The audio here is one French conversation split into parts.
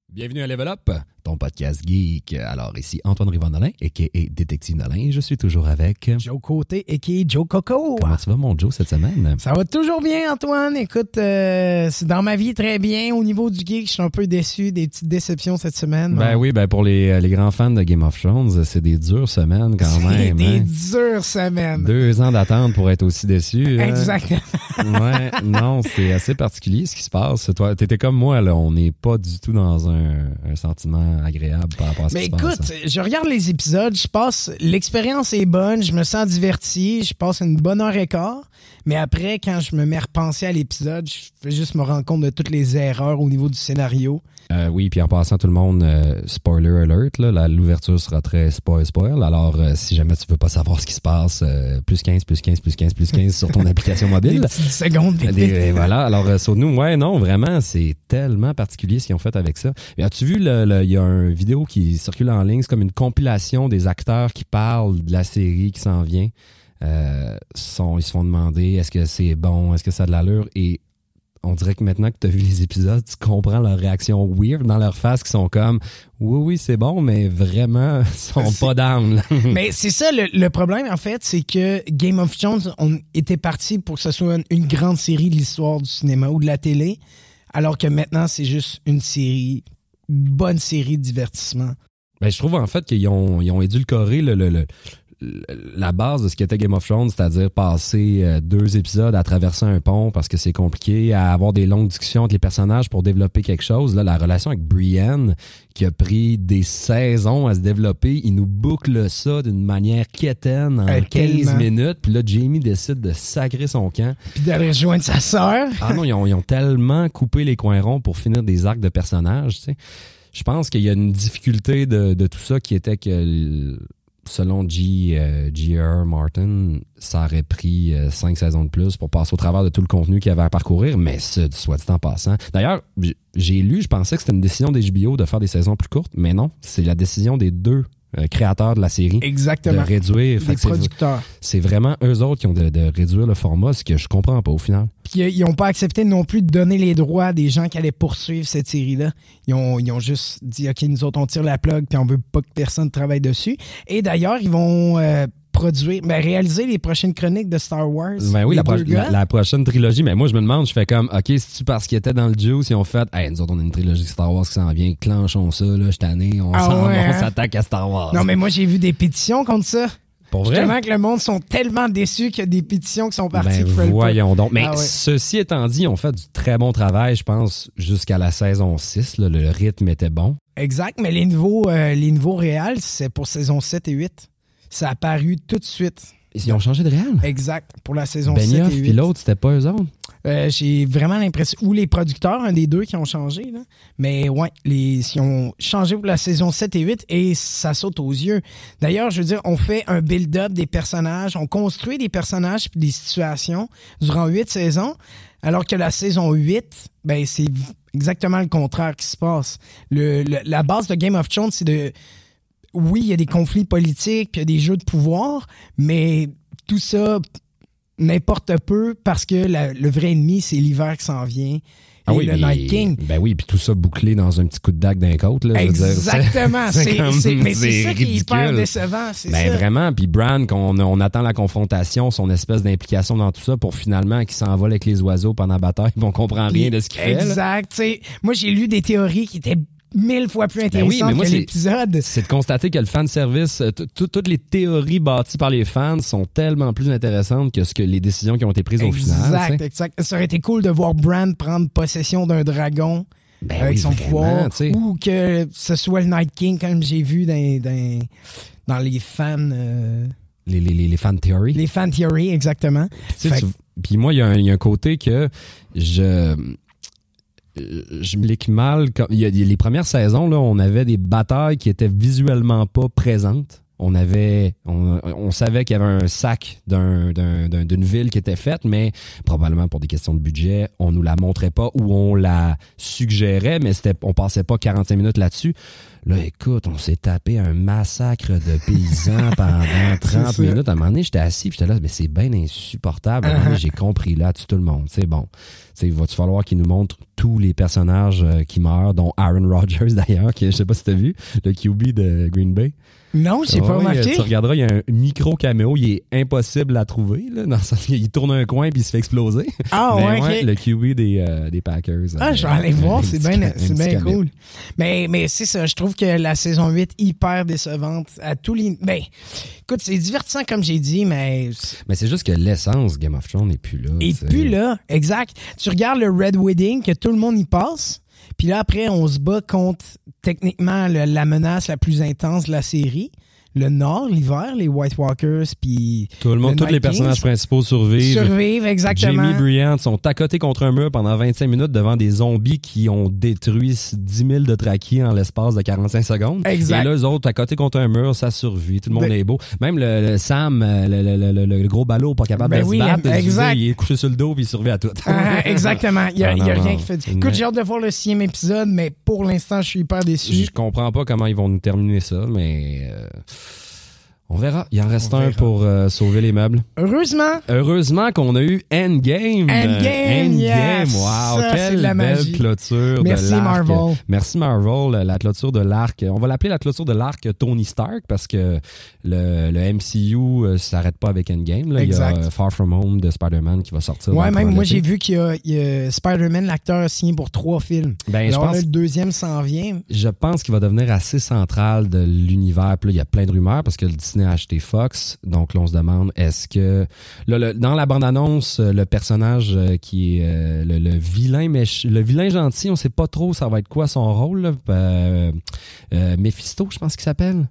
Bienvenue à Level Up, ton podcast geek. Alors ici Antoine Rivandolin, a.k.a. Détective Nolin. Je suis toujours avec Joe Côté, a.k.a. Joe Coco. Comment tu vas, mon Joe, cette semaine? Ça va toujours bien, Antoine. Écoute, c'est dans ma vie très bien. Au niveau du geek, je suis un peu déçu. Des petites déceptions cette semaine. Ben oui, pour les grands fans de Game of Thrones, c'est des dures semaines quand même. Des dures semaines. 2 ans d'attente pour être aussi déçu. Exactement. Ouais, non, c'est assez particulier ce qui se passe. Toi, t'étais comme moi, là. On n'est pas du tout dans un sentiment agréable par rapport à ce qui se passe. Mais écoute, je regarde les épisodes, l'expérience est bonne, je me sens diverti, je passe une bonne heure et quart, mais après, quand je me mets à repenser à l'épisode, je fais juste me rendre compte de toutes les erreurs au niveau du scénario. Oui, puis en passant tout le monde, spoiler alert, là, l'ouverture sera très spoil. Alors, si jamais tu veux pas savoir ce qui se passe, plus 15 sur ton application mobile. Des petites secondes. Voilà, alors sur nous, ouais, non, vraiment, c'est tellement particulier ce qu'ils ont fait avec ça. Mais as-tu vu, il y a une vidéo qui circule en ligne, c'est comme une compilation des acteurs qui parlent de la série qui s'en vient. Ils se font demander est-ce que c'est bon, est-ce que ça a de l'allure, et on dirait que maintenant que tu as vu les épisodes, tu comprends leur réaction weird dans leur face qui sont comme oui, c'est bon, mais vraiment, ils sont pas down. Mais c'est ça le problème, en fait, c'est que Game of Thrones, on était parti pour que ce soit une grande série de l'histoire du cinéma ou de la télé, alors que maintenant, c'est juste une bonne série de divertissement. Ben, je trouve en fait qu'ils ont édulcoré la base de ce qu'était Game of Thrones, c'est-à-dire passer 2 épisodes à traverser un pont parce que c'est compliqué, à avoir des longues discussions avec les personnages pour développer quelque chose. Là, la relation avec Brienne, qui a pris des saisons à se développer, il nous boucle ça d'une manière quétaine en 15 minutes. Puis là, Jamie décide de sacrer son camp. Puis d'aller rejoindre sa sœur. Ah non, ils ont tellement coupé les coins ronds pour finir des arcs de personnages, tu sais. Je pense qu'il y a une difficulté de tout ça qui était que... Selon G.R. Martin, ça aurait pris 5 saisons de plus pour passer au travers de tout le contenu qu'il y avait à parcourir, mais soit dit en passant. D'ailleurs, j'ai lu, je pensais que c'était une décision d'HBO de faire des saisons plus courtes, mais non, c'est la décision des 2 créateurs de la série. Exactement. De réduire. Les producteurs. C'est vraiment eux autres qui ont de réduire le format, ce que je comprends pas au final. Puis ils n'ont pas accepté non plus de donner les droits des gens qui allaient poursuivre cette série-là. Ils ont juste dit, OK, nous autres, on tire la plug puis on veut pas que personne travaille dessus. Et d'ailleurs, ils vont réaliser les prochaines chroniques de Star Wars. Ben oui, la prochaine trilogie. Mais moi, je me demande, je fais comme, OK, c'est-tu parce qu'ils étaient dans le Juice, ils ont fait, hey, nous autres, on a une trilogie de Star Wars qui s'en vient, clenchons ça, là, cette année, on s'attaque à Star Wars. Non, mais moi, j'ai vu des pétitions contre ça. Pour vrai? Justement que le monde sont tellement déçus qu'il y a des pétitions qui sont parties. Voyons donc. Mais ceci étant dit, ils ont fait du très bon travail, je pense, jusqu'à la saison 6. Là, le rythme était bon. Exact, mais les nouveaux réals, c'est pour saison 7 et 8. Ça a apparu tout de suite. Ils ont changé de réal? Exact, pour la saison 7 Benioff et 8. puis l'autre, c'était pas eux autres? J'ai vraiment l'impression... Ou les producteurs, un des 2 qui ont changé. Là. Mais ouais, ils ont changé pour la saison 7 et 8 et ça saute aux yeux. D'ailleurs, je veux dire, on fait un build-up des personnages, on construit des personnages et des situations durant 8 saisons, alors que la saison 8, ben c'est exactement le contraire qui se passe. La base de Game of Thrones, c'est de... Oui, il y a des conflits politiques, puis il y a des jeux de pouvoir, mais tout ça, n'importe peu, parce que le vrai ennemi, c'est l'hiver qui s'en vient. Et le Night King. Ben oui, puis tout ça bouclé dans un petit coup de dague d'un côte. Là, exactement. Mais c'est ça ridicule. qui est hyper décevant. C'est ben ça. Vraiment. Puis Bran, on attend la confrontation, son espèce d'implication dans tout ça pour finalement qu'il s'envole avec les oiseaux pendant la bataille, puis on comprend rien de ce qu'il fait. Exact. Moi, j'ai lu des théories qui étaient 1000 fois plus intéressant que l'épisode. C'est de constater que le fanservice, toutes les théories bâties par les fans sont tellement plus intéressantes que les décisions qui ont été prises au final. Exact. Ça aurait été cool de voir Bran prendre possession d'un dragon avec son pouvoir, ou que ce soit le Night King, comme j'ai vu dans les fans... Les fan theories. Les fan theories, exactement. Puis moi, il y a un côté que je me l'explique mal. Il y a les premières saisons, là, on avait des batailles qui étaient visuellement pas présentes. On savait qu'il y avait un sac d'une ville qui était faite, mais probablement pour des questions de budget, on nous la montrait pas ou on la suggérait, mais on passait pas 45 minutes là-dessus. Là, écoute, on s'est tapé un massacre de paysans pendant 30 minutes. À un moment donné, j'étais assis, puis j'étais là, mais c'est bien insupportable. À un moment donné, j'ai compris là, tout le monde. C'est bon. Il va-tu falloir qu'ils nous montrent tous les personnages qui meurent, dont Aaron Rodgers d'ailleurs, qui, je sais pas si t'as vu, le QB de Green Bay. Non, j'ai pas remarqué. Tu regarderas, il y a un micro-caméo, il est impossible à trouver, là, dans le sens qu'il tourne un coin puis il se fait exploser. Ah ouais, OK. Le QB des Packers. Ah, je vais aller voir, c'est bien cool. Mais c'est ça, je trouve que la saison 8 hyper décevante à tous les... Ben, écoute, c'est divertissant comme j'ai dit, mais... Mais c'est juste que l'essence Game of Thrones n'est plus là. Et plus là, exact. Tu regardes le Red Wedding, que tout le monde y passe... Puis là, après, on se bat contre, techniquement, la menace la plus intense de la série. Le Nord, l'hiver, les White Walkers, puis tout le monde, tous les personnages principaux survivent. Exactement. Jamie Briand sont accotés contre un mur pendant 25 minutes devant des zombies qui ont détruit 10 000 de traquis en l'espace de 45 secondes. Exact. Et là, eux autres, accotés contre un mur, ça survit. Tout le monde est beau. Même le Sam, le gros ballot, pas capable de se battre, il est couché sur le dos puis il survit à tout. Exactement. Il y a rien qui fait. Écoute, j'ai hâte de voir le 6e épisode, mais pour l'instant, je suis hyper déçu. Je comprends pas comment ils vont nous terminer ça, mais... on verra. Il en reste un pour sauver les meubles. Heureusement qu'on a eu Endgame. Yes. Wow, ça, quelle belle clôture de l'arc. Merci Marvel. Merci Marvel, la clôture de l'arc. On va l'appeler la clôture de l'arc Tony Stark parce que le MCU s'arrête pas avec Endgame. Là. Il y a Far From Home de Spider-Man qui va sortir. Ouais, même moi j'ai vu qu'il y a Spider-Man, l'acteur a signé pour 3 films. Ben, alors là, le 2e s'en vient. Je pense qu'il va devenir assez central de l'univers. Puis là, il y a plein de rumeurs parce que le Disney a acheté Fox. Donc là, on se demande, est-ce que... Là, dans la bande-annonce, le personnage qui est le vilain gentil, on sait pas trop ça va être quoi son rôle. Mephisto, je pense qu'il s'appelle.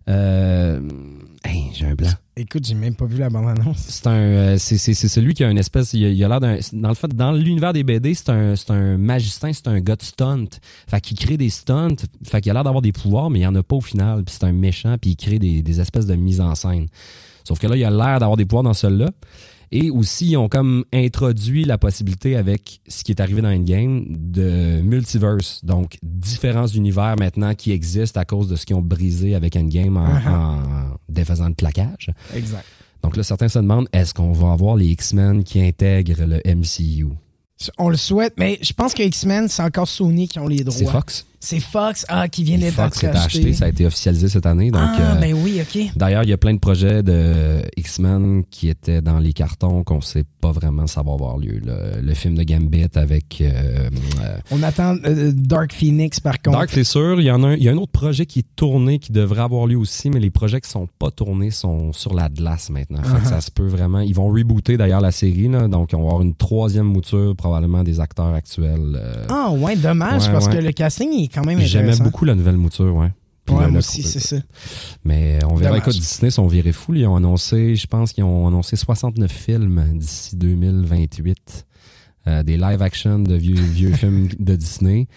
J'ai un blanc. Écoute, j'ai même pas vu la bande-annonce. C'est celui qui a une espèce... Il a l'air d'un... Dans l'univers des BD, c'est un magicien, c'est un gars de stunt. Fait qu'il crée des stunts. Fait qu'il a l'air d'avoir des pouvoirs, mais il y en a pas au final. Puis c'est un méchant, puis il crée des espèces de mise en scène. Sauf que là, il a l'air d'avoir des pouvoirs dans celui-là. Et aussi, ils ont comme introduit la possibilité avec ce qui est arrivé dans Endgame de multiverse. Donc, différents univers maintenant qui existent à cause de ce qu'ils ont brisé avec Endgame en défaisant le plaquage. Exact. Donc là, certains se demandent, est-ce qu'on va avoir les X-Men qui intègrent le MCU? On le souhaite, mais je pense que X-Men, c'est encore Sony qui ont les droits. C'est Fox. C'est Fox qui vient d'être acheté. Ça a été officialisé cette année. Donc, ben oui, OK. D'ailleurs, il y a plein de projets de X-Men qui étaient dans les cartons qu'on ne sait pas vraiment ça va avoir lieu. Le film de Gambit avec... on attend Dark Phoenix, par contre. Dark, c'est sûr. Il y a un autre projet qui est tourné, qui devrait avoir lieu aussi, mais les projets qui sont pas tournés sont sur la glace maintenant. Fait que ça se peut vraiment... Ils vont rebooter d'ailleurs la série. Là, donc, on va avoir une 3e mouture probablement des acteurs actuels. Ouais, dommage, parce que le casting est quand même intéressant. J'aimais beaucoup la nouvelle mouture, ouais. Puis moi aussi, c'est ça. Mais on verra. Écoute, Disney sont virés fous. Ils ont annoncé, je pense qu'ils ont annoncé 69 films d'ici 2028. Des live-action de vieux films de Disney.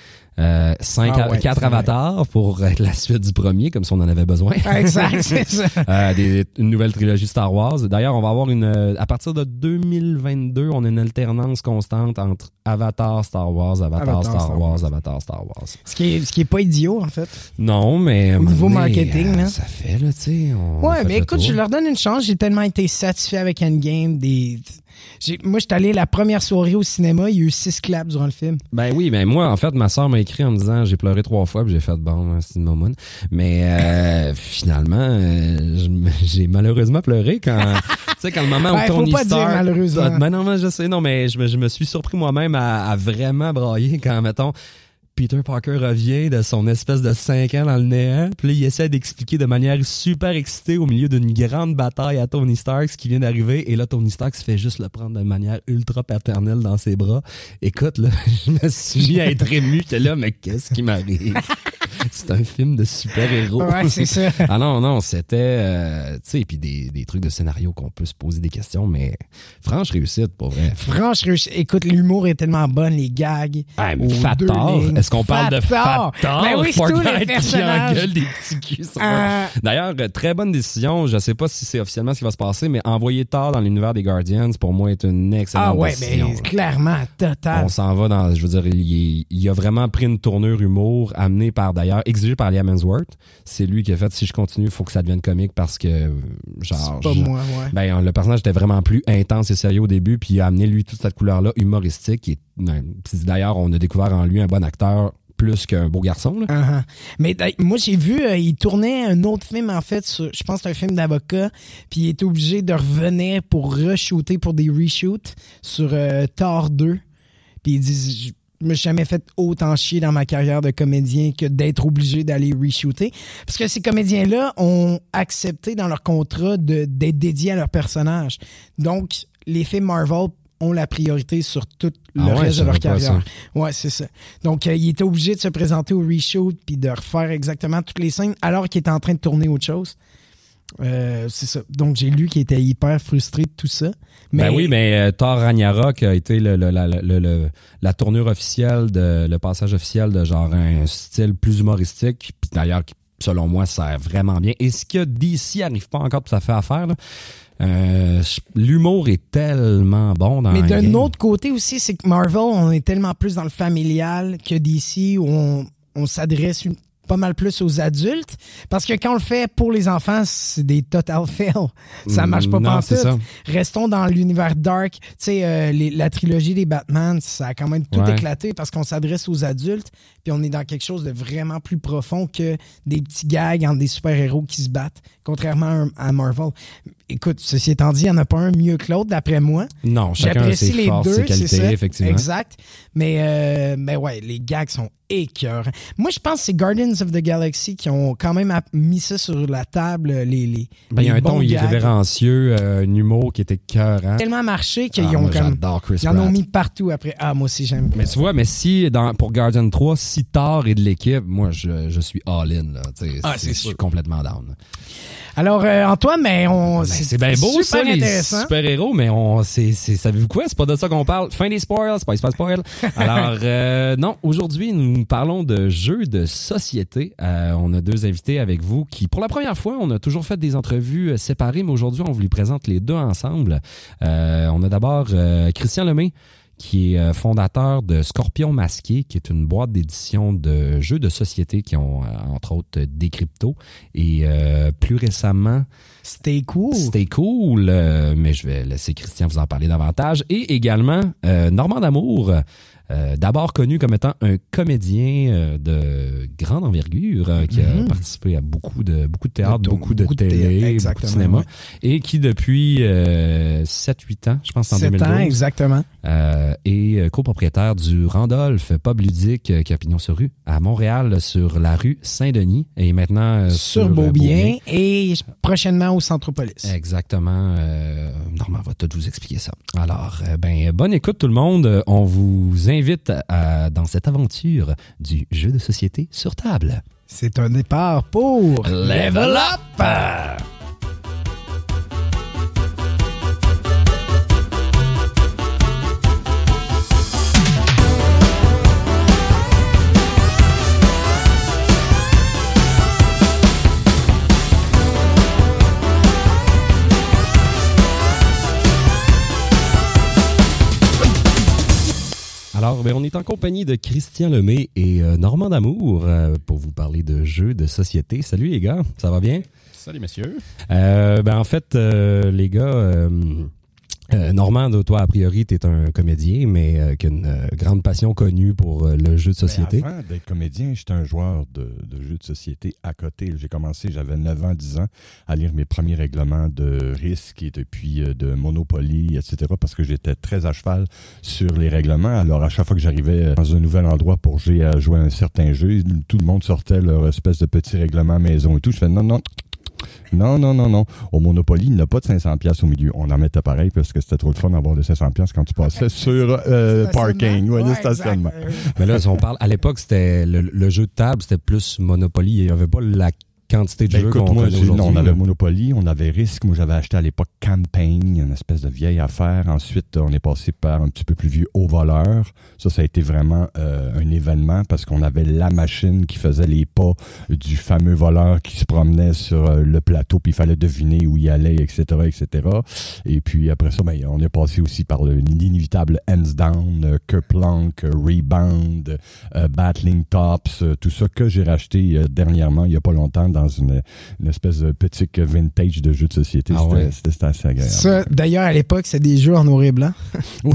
4 avatars pour la suite du premier, comme si on en avait besoin. Exact, c'est ça. Une nouvelle trilogie Star Wars. D'ailleurs, on va avoir à partir de 2022, on a une alternance constante entre Avatar, Star Wars, Avatar, Star Wars, Avatar, Star Wars. Ce qui est pas idiot, en fait. Non, mais... Au niveau marketing, là. Ça fait, là, tu sais. Ouais, mais écoute, je leur donne une chance. J'ai tellement été satisfait avec Endgame. Moi, j'étais allé la première soirée au cinéma, il y a eu 6 claps durant le film. Ben oui, ben moi, en fait, ma soeur m'a écrit en me disant j'ai pleuré 3 fois, puis j'ai fait bon, c'est une momoune. Mais finalement, j'ai malheureusement pleuré quand, tu sais, quand le moment où Tony Stark. Faut pas dire malheureusement. Ben non, je sais, non, mais je me suis surpris moi-même à vraiment brailler quand, mettons, Peter Parker revient de son espèce de 5 ans dans le néant, puis là, il essaie d'expliquer de manière super excitée au milieu d'une grande bataille à Tony Stark ce qui vient d'arriver, et là, Tony Stark se fait juste le prendre de manière ultra paternelle dans ses bras. Écoute, là, je me suis mis à être ému, j'étais là, mais qu'est-ce qui m'arrive? C'est un film de super-héros. Ouais, c'est ça. Ah non, c'était... tu sais, puis des trucs de scénario qu'on peut se poser des questions, mais franche réussite, pour vrai. Franche réussite. Écoute, l'humour est tellement bon, les gags. Ah, mais Fat Thor, est-ce qu'on parle de Fat Thor? Ben oui, c'est tous les personnages. Qui engueule des petits culs. D'ailleurs, très bonne décision. Je sais pas si c'est officiellement ce qui va se passer, mais envoyer Thor dans l'univers des Guardians, pour moi, est une excellente décision. Mais clairement, total. On s'en va dans... Je veux dire, il a vraiment pris une tournure humour, amené par, d'ailleurs, exigé par Liam Hemsworth. C'est lui qui a fait, si je continue, il faut que ça devienne comique parce que, genre... C'est pas moi, ouais. Ben, le personnage était vraiment plus intense et sérieux au début, puis il a amené, lui, toute cette couleur-là humoristique. D'ailleurs, on a découvert en lui un bon acteur plus qu'un beau garçon. Là. Uh-huh. Mais moi, j'ai vu, il tournait un autre film, en fait, je pense que c'est un film d'avocat, puis il était obligé de revenir pour re-shooter, pour des reshoots sur Thor 2. Puis il dit... Je me suis jamais fait autant chier dans ma carrière de comédien que d'être obligé d'aller re-shooter. Parce que ces comédiens-là ont accepté dans leur contrat d'être dédiés à leur personnage. Donc, les films Marvel ont la priorité sur tout le reste de leur carrière. Ouais, c'est ça. Donc, il était obligé de se présenter au reshoot puis de refaire exactement toutes les scènes alors qu'il était en train de tourner autre chose. C'est ça. Donc, j'ai lu qu'il était hyper frustré de tout ça. Mais... Ben oui, mais Thor Ragnarok a été la tournure officielle, le passage officiel de genre un style plus humoristique. Puis d'ailleurs, selon moi, ça sert vraiment bien. Et ce que DC n'arrive pas encore tout à fait à faire, là, l'humour est tellement bon dans mais d'un game. autre côté aussi, c'est que Marvel, on est tellement plus dans le familial que DC où on s'adresse pas mal plus aux adultes, parce que quand on le fait pour les enfants, c'est des total fails. Ça marche pas pantoute. Restons dans l'univers dark. Tu sais, la trilogie des Batman, ça a quand même tout éclaté parce qu'on s'adresse aux adultes, puis on est dans quelque chose de vraiment plus profond que des petits gags entre des super-héros qui se battent, contrairement à Marvel. Écoute, ceci étant dit, il n'y en a pas un mieux que l'autre, d'après moi. Non, chacun a ses forces, ses qualités, effectivement. Exact. Mais ouais, les gags sont écœurants. Moi, je pense que c'est Guardians of the Galaxy qui ont quand même mis ça sur la table, il y a un ton irrévérencieux, un humour qui était écœurant. Tellement marché qu'ils ont j'adore Chris Pratt. Ils en ont mis partout après. Ah, moi aussi, j'aime. Mais tu vois, si pour Guardian 3, si Thor est de l'équipe, moi, je suis all-in. Là. Je suis complètement down. Alors, Antoine, c'est bien beau, ça, les super-héros, mais savez-vous quoi? C'est pas de ça qu'on parle. Fin des spoils, c'est pas spoil. Alors, non, aujourd'hui, nous parlons de jeux de société. On a deux invités avec vous qui, pour la première fois, on a toujours fait des entrevues séparées, mais aujourd'hui, on vous les présente les deux ensemble. On a d'abord Christian Lemay, qui est fondateur de Scorpion Masqué, qui est une boîte d'édition de jeux de société qui ont, entre autres, des cryptos. Et plus récemment... Stay Cool. Mais je vais laisser Christian vous en parler davantage. Et également, Normand d'Amour, d'abord connu comme étant un comédien de grande envergure qui a participé à beaucoup de théâtre, beaucoup de télé, beaucoup de cinéma, et qui depuis 7-8 ans, je pense en 2012, 7 ans, exactement, est copropriétaire du Randolph Pub Ludique qui a pignon sur rue à Montréal, sur la rue Saint-Denis, et maintenant sur Beaubien, et prochainement au Centropolis. Exactement. Normand va tout vous expliquer ça. Alors, bonne écoute tout le monde. On vous invite dans cette aventure du jeu de société sur table. C'est un départ pour Level Up! Alors, on est en compagnie de Christian Lemay et Normand d'Amour pour vous parler de jeux de société. Salut les gars, ça va bien? Salut messieurs. En fait, les gars, Normand, toi, a priori, tu es un comédien, mais qui a une grande passion connue pour le jeu de société. Avant d'être comédien, j'étais un joueur de jeux de société à côté. J'ai commencé, j'avais 9 ans, 10 ans, à lire mes premiers règlements de risque et puis de Monopoly, etc., parce que j'étais très à cheval sur les règlements. Alors, à chaque fois que j'arrivais dans un nouvel endroit pour jouer à un certain jeu, tout le monde sortait leur espèce de petit règlement maison et tout. Je fais non, Non. Au Monopoly, il n'y a pas de 500$ au milieu. On en mettait pareil parce que c'était trop le fun d'avoir de 500$ quand tu passais sur parking, le stationnement. Mais là, si on parle, à l'époque, c'était le jeu de table, c'était plus Monopoly. Il n'y avait pas la quantité de jeux qu'on connaît aujourd'hui. Non, on avait Monopoly, on avait Risk. Moi, j'avais acheté à l'époque Campaign, une espèce de vieille affaire. Ensuite, on est passé par un petit peu plus vieux Au Voleur. Ça a été vraiment un événement parce qu'on avait la machine qui faisait les pas du fameux voleur qui se promenait sur le plateau puis il fallait deviner où il allait, etc., etc. Et puis après ça, on est passé aussi par l'inévitable Hands Down, Kerplunk, Rebound, Battling Tops, tout ça que j'ai racheté dernièrement, il n'y a pas longtemps, dans une espèce de petite vintage de jeux de société. C'était assez agréable. Ça, d'ailleurs, à l'époque, c'est des jeux en noir et blanc. Oui.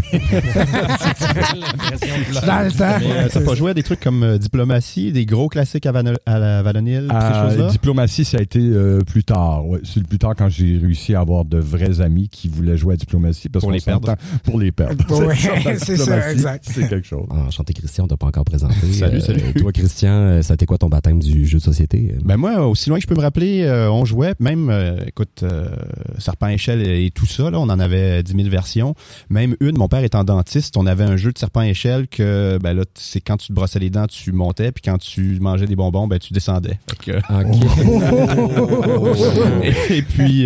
Dans le temps. Mais t'as pas joué à des trucs comme Diplomatie, des gros classiques à la Valonil, ces choses-là? Diplomatie, ça a été plus tard. Ouais. C'est plus tard quand j'ai réussi à avoir de vrais amis qui voulaient jouer à Diplomatie. Parce pour les perdre. Pour les perdre. Ouais, c'est ça, exact. C'est quelque chose. Enchanté, Christian, on t'a pas encore présenté. Salut. Toi, Christian, ça a été quoi ton baptême du jeu de société? Ben moi, aussi loin que je peux me rappeler, on jouait, même, Serpent Échelle et tout ça, là, on en avait 10 000 versions. Même mon père étant dentiste, on avait un jeu de Serpent Échelle que, ben là, c'est quand tu te brossais les dents, tu montais, puis quand tu mangeais des bonbons, ben tu descendais. Et puis,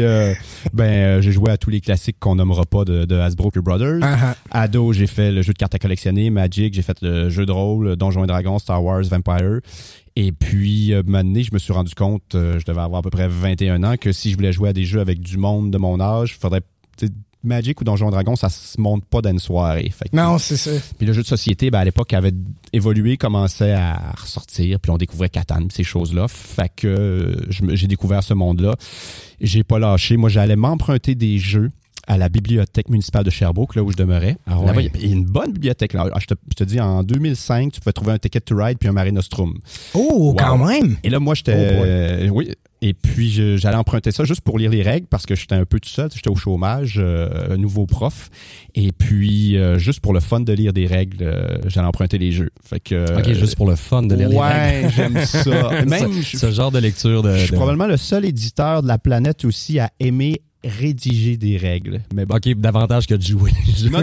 j'ai joué à tous les classiques qu'on nommera pas de Hasbro Brothers. Ado, j'ai fait le jeu de cartes à collectionner, Magic, j'ai fait le jeu de rôle, Donjons et Dragons, Star Wars, Vampire. Et puis, un moment donné, je me suis rendu compte, je devais avoir à peu près 21 ans, que si je voulais jouer à des jeux avec du monde de mon âge, il faudrait... Magic ou Donjons et Dragons, ça se monte pas dans une soirée. Fait que, non, c'est ça. Puis le jeu de société, à l'époque, avait évolué, commençait à ressortir, puis on découvrait Catan, ces choses-là. Fait que j'ai découvert ce monde-là. J'ai pas lâché. Moi, j'allais m'emprunter des jeux à la bibliothèque municipale de Sherbrooke, là où je demeurais. Ah ouais. Là-bas, il y a une bonne bibliothèque. Là. Je te dis, en 2005, tu pouvais trouver un Ticket to Ride puis un Mare Nostrum. Oh, wow. Quand même! Et là, moi, j'étais... oui. Et puis, j'allais emprunter ça juste pour lire les règles parce que j'étais un peu tout seul. J'étais au chômage, nouveau prof. Et puis, juste pour le fun de lire des règles, j'allais emprunter les jeux. Fait que, OK, juste pour le fun de lire les règles. Ouais, j'aime ça. Même, ce genre de lecture je suis probablement le seul éditeur de la planète aussi à aimer rédiger des règles. Mais bon. OK, davantage que de jouer. Non.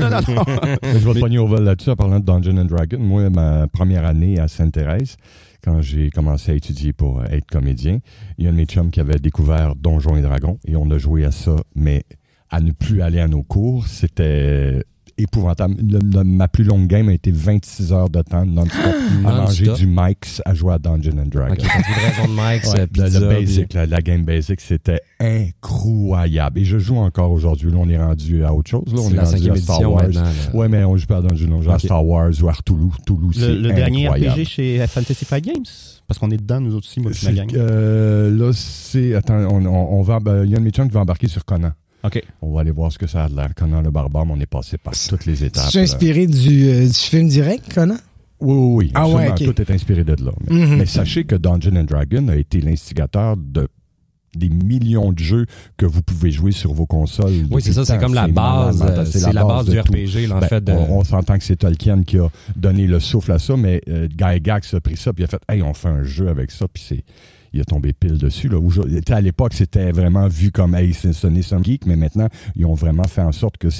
Je vais te pogner au vol là-dessus en parlant de Dungeons and Dragons. Moi, ma première année à Sainte-Thérèse, quand j'ai commencé à étudier pour être comédien, il y a un de mes chums qui avait découvert Donjons et Dragons et on a joué à ça, mais à ne plus aller à nos cours, c'était épouvantable. Ma plus longue game a été 26 heures de temps non-stop à manger du Mike's, à jouer à Dungeons and Dragons. OK, livraison de Mike's, pizza. Le basic, la game basic, c'était incroyable. Et je joue encore aujourd'hui. Là, on est rendu à autre chose. Là, on est rendu à Star Wars. Ouais, mais on joue pas à Dungeons, on joue à Star Wars ou à Cthulhu. Le dernier RPG chez Fantasy Flight Games? Parce qu'on est dedans, nous autres aussi, moi et ma gang. Là, c'est... Attends, on va... Il y a un de mes chums qui va embarquer sur Conan. OK. On va aller voir ce que ça a de l'air. Conan le barbare, on est passé par toutes les étapes. Tu es inspiré du film direct, Conan? Oui. Ah ouais, okay. Tout est inspiré de là. Mais sachez que Dungeons and Dragons a été l'instigateur des millions de jeux que vous pouvez jouer sur vos consoles. Oui, c'est ça, c'est comme la base. C'est la base du RPG, là, en fait. On s'entend que c'est Tolkien qui a donné le souffle à ça, mais Guy Gax a pris ça, puis il a fait « Hey, on fait un jeu avec ça », puis il a tombé pile dessus. Là. À l'époque, c'était vraiment vu comme « Hey, ce n'est some geek », mais maintenant, ils ont vraiment fait en sorte que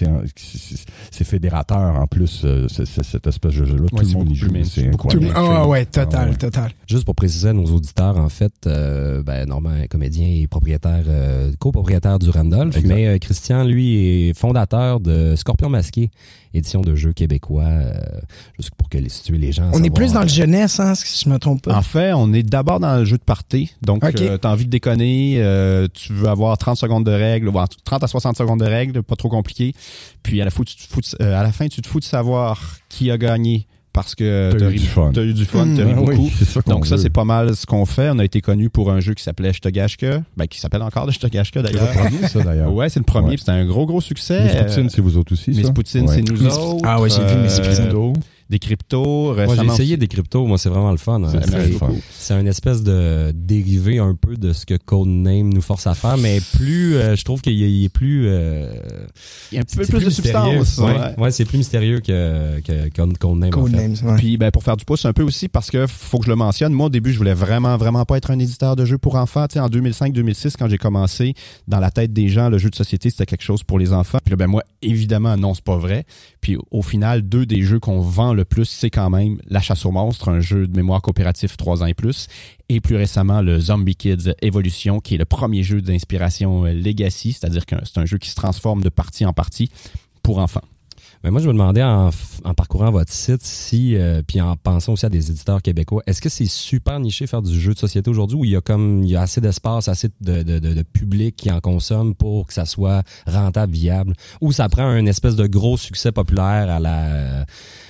c'est fédérateur, en plus, cette espèce de jeu-là. Tout le monde y joue, c'est incroyable. Ah ouais, total. Juste pour préciser à nos auditeurs, en fait, Normand est comédien et copropriétaire du Randolph, exact. Mais Christian, lui, est fondateur de Scorpion Masqué, édition de jeux québécois, juste pour que situer les gens. On est plus dans le jeunesse, si je me trompe pas. En fait, on est d'abord dans le jeu de party. Donc, t'as envie de déconner, tu veux avoir 30 secondes de règles, 30 à 60 secondes de règles, pas trop compliqué. Puis à la fin, tu te fous de savoir qui a gagné. Parce que t'as eu du fun, t'as ri beaucoup. Donc ça, c'est pas mal ce qu'on fait. On a été connu pour un jeu qui s'appelait Je te gâche que, qui s'appelle encore Je te gâche que d'ailleurs. C'est le premier, ça d'ailleurs. Ouais, c'est le premier. C'était un gros succès. Miss Poutine, c'est vous autres aussi, ça? Miss Poutine, c'est nous autres. Ah ouais, j'ai vu Miss Poutine. Des cryptos, Moi, j'ai récemment essayé des cryptos. Moi, c'est vraiment le fun. Hein. C'est une espèce de dérivé un peu de ce que Codename nous force à faire, mais plus, je trouve qu'il est plus... il y a un peu plus de substance. Ouais, c'est plus mystérieux que Codename. Codenames, ouais. Puis, pour faire du pouce un peu aussi, parce que faut que je le mentionne, moi, au début, je voulais vraiment pas être un éditeur de jeux pour enfants. Tu sais, en 2005-2006, quand j'ai commencé, dans la tête des gens, le jeu de société, c'était quelque chose pour les enfants. Puis là, moi, évidemment, non, c'est pas vrai. Puis au final, 2 des jeux qu'on vend le plus, c'est quand même La Chasse aux monstres, un jeu de mémoire coopératif 3 ans et plus, et plus récemment le Zombie Kids Evolution, qui est le premier jeu d'inspiration Legacy, c'est-à-dire que c'est un jeu qui se transforme de partie en partie pour enfants. Mais moi, je me demandais en parcourant votre site, puis en pensant aussi à des éditeurs québécois, est-ce que c'est super niché faire du jeu de société aujourd'hui où il y a assez d'espace, assez de public qui en consomme pour que ça soit rentable, viable, ou ça prend un espèce de gros succès populaire à la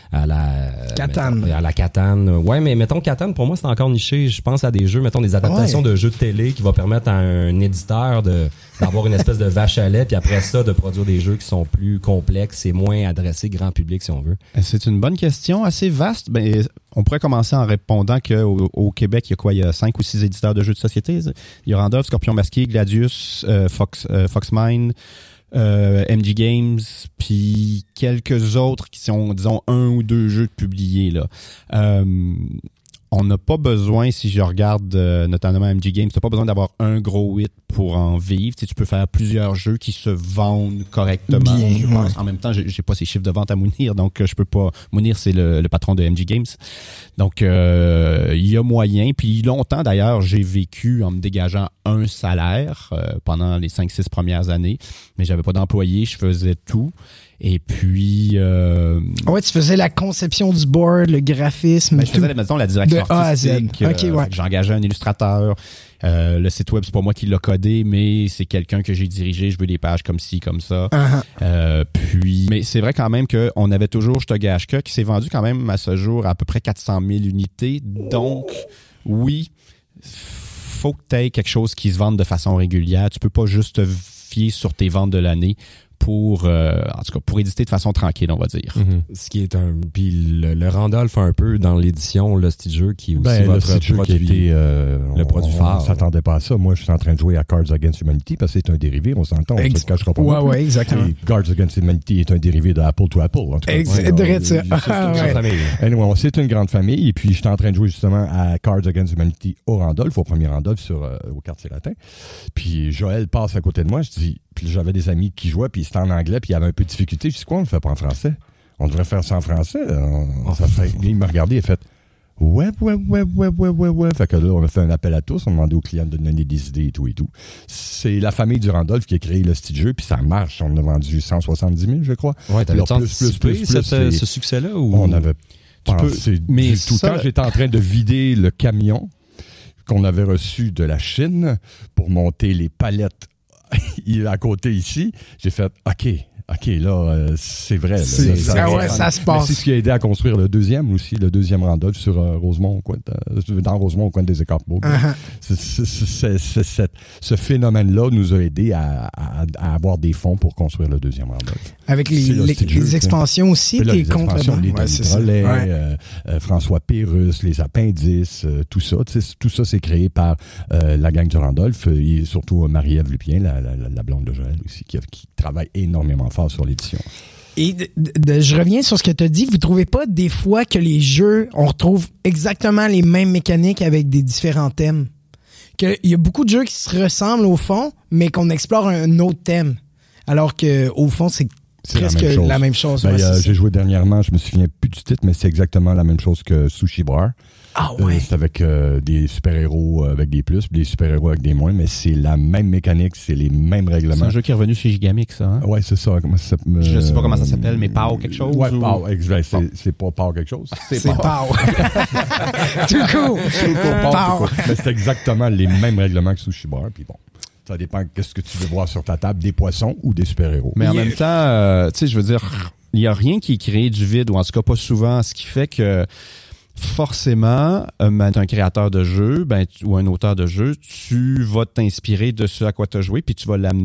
Catan. À la Catan. Ouais, mais mettons Catan, pour moi, c'est encore niché. Je pense à des jeux, mettons des adaptations de jeux de télé qui vont permettre à un éditeur d'avoir une espèce de vache à lait, puis après ça, de produire des jeux qui sont plus complexes et moins adressés grand public, si on veut. C'est une bonne question, assez vaste. Ben, on pourrait commencer en répondant qu'au Québec, il y a 5 ou 6 éditeurs de jeux de société. Il y a Randolph, Scorpion Masqué, Gladius, Foxmine, MG Games, puis quelques autres qui sont, disons, 1 ou 2 jeux publiés, là. On n'a pas besoin, si je regarde notamment MG Games, tu n'as pas besoin d'avoir un gros hit pour en vivre. Tu peux faire plusieurs jeux qui se vendent correctement. Bien, je pense. En même temps, j'ai pas ces chiffres de vente à Mounir, donc je peux pas. Mounir, c'est le patron de MG Games. Donc, il y a moyen. Puis longtemps, d'ailleurs, j'ai vécu en me dégageant un salaire pendant les 5-6 premières années. Mais j'avais pas d'employé, je faisais tout. Et puis... Ouais, tu faisais la conception du board, le graphisme, je faisais, mettons, la direction de A à Z. artistique. J'engageais un illustrateur. Le site web, c'est pas moi qui l'a codé, mais c'est quelqu'un que j'ai dirigé. Je veux des pages comme ci, comme ça. Puis, mais c'est vrai quand même qu'on avait toujours Je te gâche que, qui s'est vendu quand même à ce jour à peu près 400 000 unités. Donc, oui, faut que tu aies quelque chose qui se vende de façon régulière. Tu peux pas juste te fier sur tes ventes de l'année pour, en tout cas, pour éditer de façon tranquille, on va dire. Ce qui est puis le Randolph un peu dans l'édition, le style jeu qui est aussi votre jeu produit, qui était, le produit phare. On s'attendait pas à ça. Moi, je suis en train de jouer à Cards Against Humanity parce que c'est un dérivé, on s'entend, on se le cachera pas. Ouais, exactement. Et Cards Against Humanity est un dérivé de Apple to Apple. Anyway, c'est une grande famille. Et puis, je suis en train de jouer justement à Cards Against Humanity au Randolph, au premier Randolph au quartier latin. Puis, Joël passe à côté de moi, je dis, puis j'avais des amis qui jouaient, puis c'était en anglais, puis il y avait un peu de difficulté. Je dis, quoi, on le fait pas en français? On devrait faire ça en français. Il m'a regardé et fait, ouais. Fait que là, on a fait un appel à tous, on a demandé aux clients de donner des idées et tout et tout. C'est la famille du Randolph qui a créé le style jeu, puis ça marche. On a vendu 170 000, je crois. Ouais, t'avais ce succès-là? Ou... On avait pensé du tout. Quand j'étais en train de vider le camion qu'on avait reçu de la Chine pour monter les palettes à côté ici, j'ai fait OK, là, c'est vrai. Ça se passe. C'est ce qui a aidé à construire le deuxième Randolph sur Rosemont, dans Rosemont, au coin des Écarts-Bourg. Ce phénomène-là nous a aidé à avoir des fonds pour construire le deuxième Randolph. Avec les expansions aussi, les expansions, les Relais, François Pérusse, les appendices, tout ça. Tout ça, c'est créé par la gang du Randolph et surtout Marie-Ève Lupien, la blonde de Joël aussi, qui travaille énormément fort sur l'édition. Et je reviens sur ce que tu as dit. Vous trouvez pas des fois que les jeux, on retrouve exactement les mêmes mécaniques avec des différents thèmes? Qu'il y a beaucoup de jeux qui se ressemblent au fond, mais qu'on explore un autre thème. Alors qu'au fond, c'est presque la même chose. J'ai joué dernièrement, je me souviens plus du titre, mais c'est exactement la même chose que Sushi Bar. Ah ouais. C'est avec des super-héros avec des plus, des super-héros avec des moins, mais c'est la même mécanique, c'est les mêmes règlements. C'est un jeu qui est revenu chez Gigamix, ça, hein? Ouais, c'est ça. Je sais pas comment ça s'appelle, mais Pow quelque chose? Ouais, Pow, exact. C'est pas Pow quelque chose. C'est Pow. Tout cool. Pow. Mais c'est exactement les mêmes règlements que Sushi Bar, puis bon. Ça dépend qu'est-ce que tu veux voir sur ta table, des poissons ou des super-héros. Mais en même temps, tu sais, je veux dire, il n'y a rien qui est créé du vide, ou en tout cas pas souvent, ce qui fait que forcément, un créateur de jeu ou un auteur de jeu, tu vas t'inspirer de ce à quoi tu as joué, puis tu vas l'amener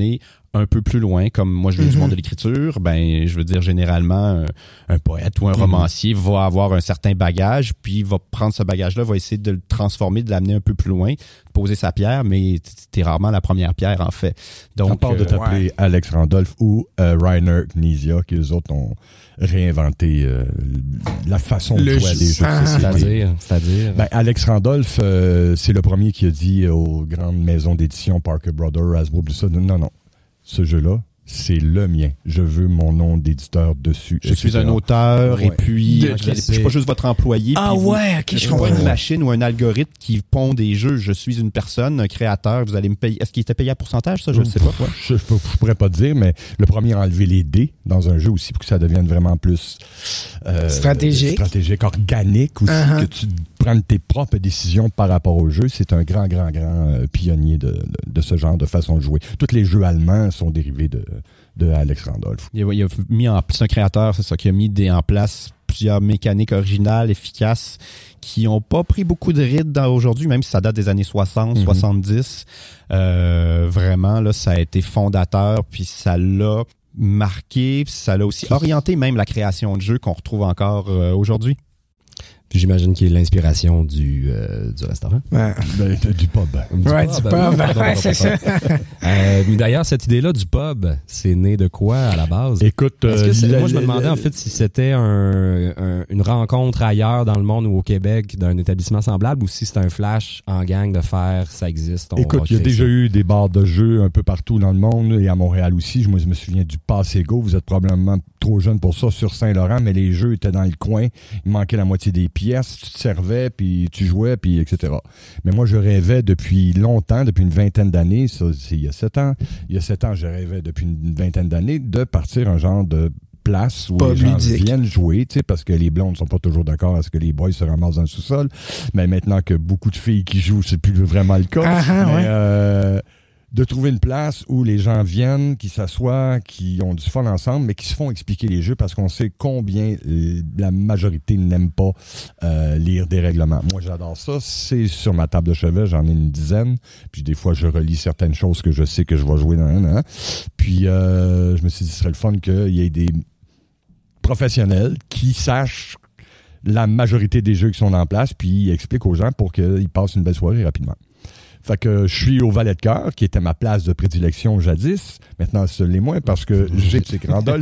un peu plus loin, comme moi je viens du monde de l'écriture, ben je veux dire généralement un poète ou un romancier va avoir un certain bagage, puis va prendre ce bagage-là, va essayer de le transformer, de l'amener un peu plus loin, poser sa pierre, mais t'es rarement la première pierre en fait. Donc, on parle de t'appeler Alex Randolph ou Reiner Knizia, qui eux autres ont réinventé la façon de jouer à des jeux de société. C'est-à-dire? Ben, Alex Randolph, c'est le premier qui a dit aux grandes maisons d'édition, Parker Brothers, Hasbro, tout ça, non, ce jeu-là, c'est le mien. Je veux mon nom d'éditeur dessus. Je suis un auteur et puis je suis pas juste votre employé. Ah ouais, ok, je comprends. Une machine ou un algorithme qui pond des jeux. Je suis une personne, un créateur. Vous allez me payer. Est-ce qu'il était payé à pourcentage, ça? Je ne sais pas. Je pourrais pas te dire, mais le premier a enlevé les dés dans un jeu aussi pour que ça devienne vraiment plus stratégique, organique aussi, que tu prennes tes propres décisions par rapport au jeu. C'est un grand pionnier de ce genre de façon de jouer. Tous les jeux allemands sont dérivés de Alex Randolph. Il a mis c'est un créateur, c'est ça, qui a mis en place plusieurs mécaniques originales, efficaces, qui n'ont pas pris beaucoup de rides aujourd'hui, même si ça date des années 60, 70. Vraiment, là, ça a été fondateur, puis ça l'a marqué, puis ça l'a aussi orienté même la création de jeux qu'on retrouve encore aujourd'hui. J'imagine qu'il est l'inspiration du restaurant. Ouais. Du pub. Du pub. Ouais, c'est ça. Mais d'ailleurs, cette idée-là du pub, c'est né de quoi à la base? Écoute, moi, je me demandais en fait si c'était une rencontre ailleurs dans le monde ou au Québec d'un établissement semblable ou si c'est un flash en gang de faire ça existe. Écoute, il y a déjà eu des bars de jeux un peu partout dans le monde et à Montréal aussi. Moi, je me souviens du Passego. Vous êtes probablement trop jeune pour ça sur Saint-Laurent, mais les jeux étaient dans le coin. Il manquait la moitié des pièces, tu te servais, puis tu jouais, puis etc. Mais moi, je rêvais depuis longtemps, depuis une vingtaine d'années, ça, c'est il y a 7 ans. Il y a 7 ans, je rêvais depuis une vingtaine d'années de partir un genre de place où les gens viennent jouer, tu sais, parce que les blondes ne sont pas toujours d'accord à ce que les boys se ramassent dans le sous-sol. Mais maintenant que beaucoup de filles qui jouent, c'est plus vraiment le cas. De trouver une place où les gens viennent, qui s'assoient, qui ont du fun ensemble, mais qui se font expliquer les jeux parce qu'on sait combien la majorité n'aime pas lire des règlements. Moi, j'adore ça. C'est sur ma table de chevet, j'en ai une dizaine. Puis des fois, je relis certaines choses que je sais que je vais jouer dans un an. Puis je me suis dit, ce serait le fun qu'il y ait des professionnels qui sachent la majorité des jeux qui sont en place, puis ils expliquent aux gens pour qu'ils passent une belle soirée rapidement. Fait que je suis au Valet de Cœur, qui était ma place de prédilection jadis. Maintenant, ce l'est moins parce que j'ai Randolph.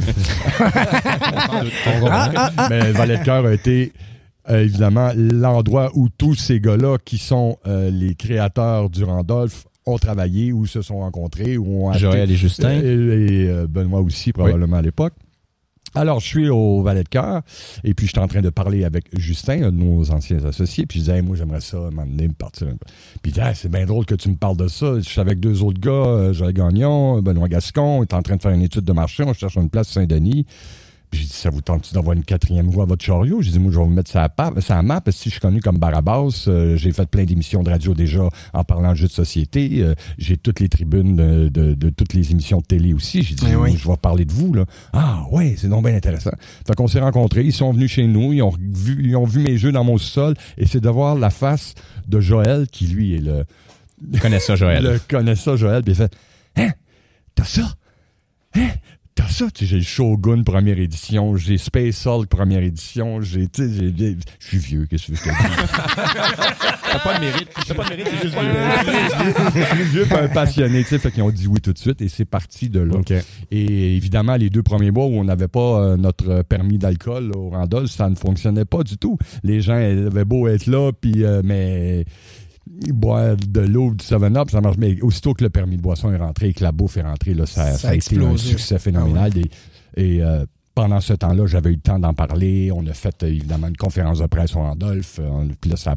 Mais Valet de Cœur a été évidemment l'endroit où tous ces gars-là, qui sont les créateurs du Randolph, ont travaillé, ou se sont rencontrés, ou ont Joël et Justin. Et Benoît aussi, probablement à l'époque. Alors, je suis au Valet de Cœur, et puis je suis en train de parler avec Justin, un de nos anciens associés, puis je disais, hey, moi, j'aimerais ça, m'emmener, me partir. Puis il dit, hey, c'est bien drôle que tu me parles de ça. Je suis avec 2 autres gars, Joël Gagnon, Benoît Gascon, on est en train de faire une étude de marché, on cherche une place à Saint-Denis. Puis j'ai dit, ça vous tente-tu d'avoir une 4e roue à votre chariot? J'ai dit, moi, je vais vous mettre ça à map. Si je suis connu comme Barabas, j'ai fait plein d'émissions de radio déjà en jeux de société. J'ai toutes les tribunes de toutes les émissions de télé aussi. J'ai dit, je vais parler de vous, là. Ah, ouais, c'est donc bien intéressant. Fait qu'on s'est rencontrés, ils sont venus chez nous, ils ont vu mes jeux dans mon sous-sol, et c'est de voir la face de Joël, qui lui est le... connaît ça, Joël. Puis il fait, hein? T'as ça? Hein? T'as ça, tu sais, j'ai le Shogun première édition, j'ai Space Hulk première édition, je suis vieux, qu'est-ce que je te dis? T'as pas de mérite, c'est juste vieux. Je suis vieux, pas un passionné, tu sais, fait qu'ils ont dit oui tout de suite, et c'est parti de là. Okay. Et évidemment, les 2 premiers mois où on n'avait pas notre permis d'alcool au Randolph, ça ne fonctionnait pas du tout. Les gens avaient beau être là, puis mais... boire de l'eau, du 7-Up, ça marche. Mais aussitôt que le permis de boisson est rentré et que la bouffe est rentrée, là, ça a été un succès phénoménal. Et pendant ce temps-là, j'avais eu le temps d'en parler. On a fait évidemment une conférence de presse au Randolph. Puis là, ça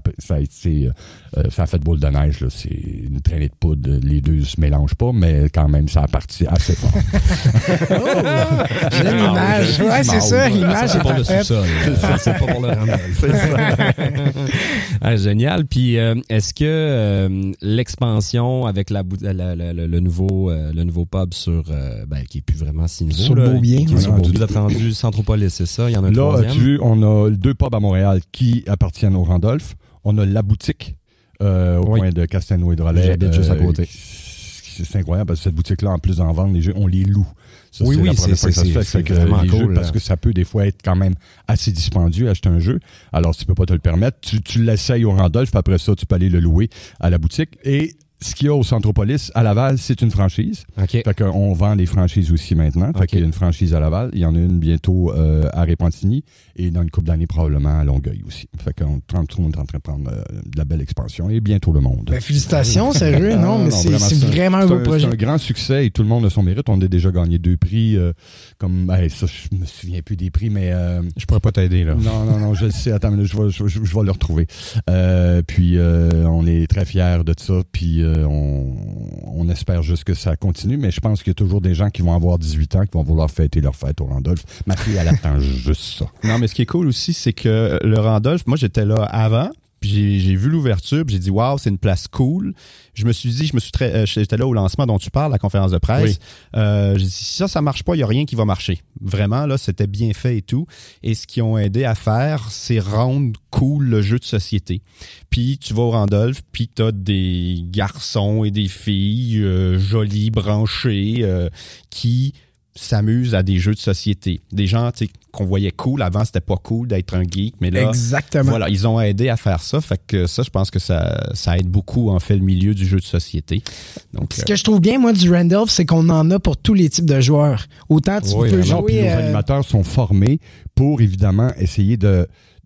a fait boule de neige. Là. C'est une traînée de poudre. Les deux se mélangent pas, mais quand même, ça a parti assez fort. J'aime l'image. Ouais, c'est ça. L'image est parfaite. C'est pas pour le Randolph. Ah, génial. Puis, est-ce que l'expansion avec le nouveau pub sur qui est plus vraiment si nouveau, sur Beaubien, vous êtes rendu Centropolis, c'est ça? Il y en a un troisième? Là, tu vois, on a 2 pubs à Montréal qui appartiennent au Randolph. On a la boutique au coin de Castelnau et Drolet. J'habite juste à côté. c'est incroyable parce que cette boutique-là, en plus d'en vendre les jeux, on les loue. Ça, oui, c'est la première fois que ça se fait. c'est que vraiment les cool, jeux, parce que ça peut des fois être quand même assez dispendieux acheter un jeu. Alors, si tu peux pas te le permettre, tu l'essayes au Randolph, puis après ça, tu peux aller le louer à la boutique. Et ce qu'il y a au Centropolis, à Laval, c'est une franchise. OK. Fait qu'on vend les franchises aussi maintenant. Fait qu'il y a une franchise à Laval. Il y en a une bientôt à Repentigny et dans une couple d'années probablement à Longueuil aussi. Fait qu'on est en train de prendre de la belle expansion et bientôt le monde. Ben, félicitations, sérieux, non, mais c'est vraiment un beau projet. C'est un grand succès et tout le monde a son mérite. On a déjà gagné 2 prix. Ça, je me souviens plus des prix, mais... Je pourrais pas t'aider, là. Non, je le sais. Attends, je vais le retrouver. Puis on est très fiers de ça. Puis on espère juste que ça continue. Mais je pense qu'il y a toujours des gens qui vont avoir 18 ans qui vont vouloir fêter leur fête au Randolph. Ma fille, elle attend juste ça. Non, mais ce qui est cool aussi, c'est que le Randolph, moi, j'étais là avant. Puis j'ai vu l'ouverture, puis j'ai dit waouh, c'est une place cool. J'étais là au lancement dont tu parles, la conférence de presse. Oui. J'ai dit si ça marche pas, il y a rien qui va marcher. Vraiment là, c'était bien fait et tout. Et ce qu'ils ont aidé à faire, c'est rendre cool le jeu de société. Puis tu vas au Randolph, puis t'as des garçons et des filles jolis, branchés, qui s'amusent à des jeux de société. Des gens, tu sais, qu'on voyait cool. Avant, c'était pas cool d'être un geek, mais là, exactement. Voilà, ils ont aidé à faire ça. Fait que ça, je pense que ça aide beaucoup, en fait, le milieu du jeu de société. Donc, ce que je trouve bien, moi, du Randolph, c'est qu'on en a pour tous les types de joueurs. Autant tu peux jouer... Puis nos animateurs sont formés pour, évidemment, essayer de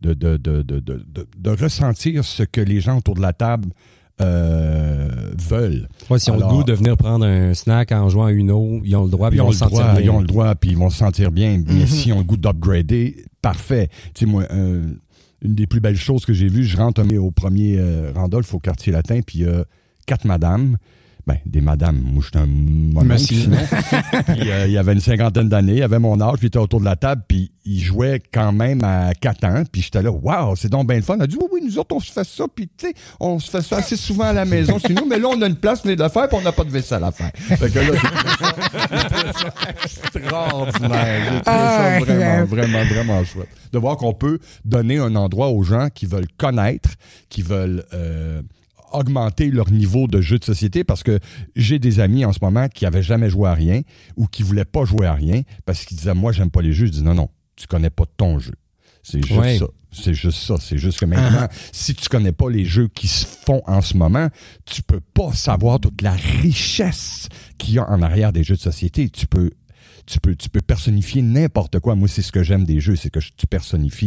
ressentir ce que les gens autour de la table veulent. Ouais, si on a le goût de venir prendre un snack en jouant à Uno, ils ont le droit, puis ils vont se sentir bien. Ils ont le droit, puis ils vont se sentir bien. Mais si on a le goût d'upgrader, parfait. Tu sais, moi, une des plus belles choses que j'ai vues, je rentre au premier Randolph au quartier latin, puis il y a 4 madames. Ben, des madames. Moi, j'étais un monsieur. Puis il y avait une 50aine d'années, il avait mon âge, puis il était autour de la table, puis il jouait quand même à 4 ans, puis j'étais là, waouh, c'est donc bien le fun. Elle a dit, oui, nous autres, on se fait ça, puis tu sais, on se fait ça assez souvent à la maison chez nous, mais là, on a une place, on est de faire, puis on n'a pas de vaisselle à faire. Fait que là, c'est extraordinaire. J'ai trouvé ça vraiment chouette. De voir qu'on peut donner un endroit aux gens qui veulent connaître, qui veulent augmenter leur niveau de jeu de société, parce que j'ai des amis en ce moment qui avaient jamais joué à rien ou qui voulaient pas jouer à rien parce qu'ils disaient, moi, j'aime pas les jeux. Je dis, non, tu connais pas ton jeu. C'est juste ça. C'est juste ça. C'est juste que maintenant, si tu connais pas les jeux qui se font en ce moment, tu peux pas savoir toute la richesse qu'il y a en arrière des jeux de société. Tu peux personnifier n'importe quoi. Moi, c'est ce que j'aime des jeux, c'est que tu personnifies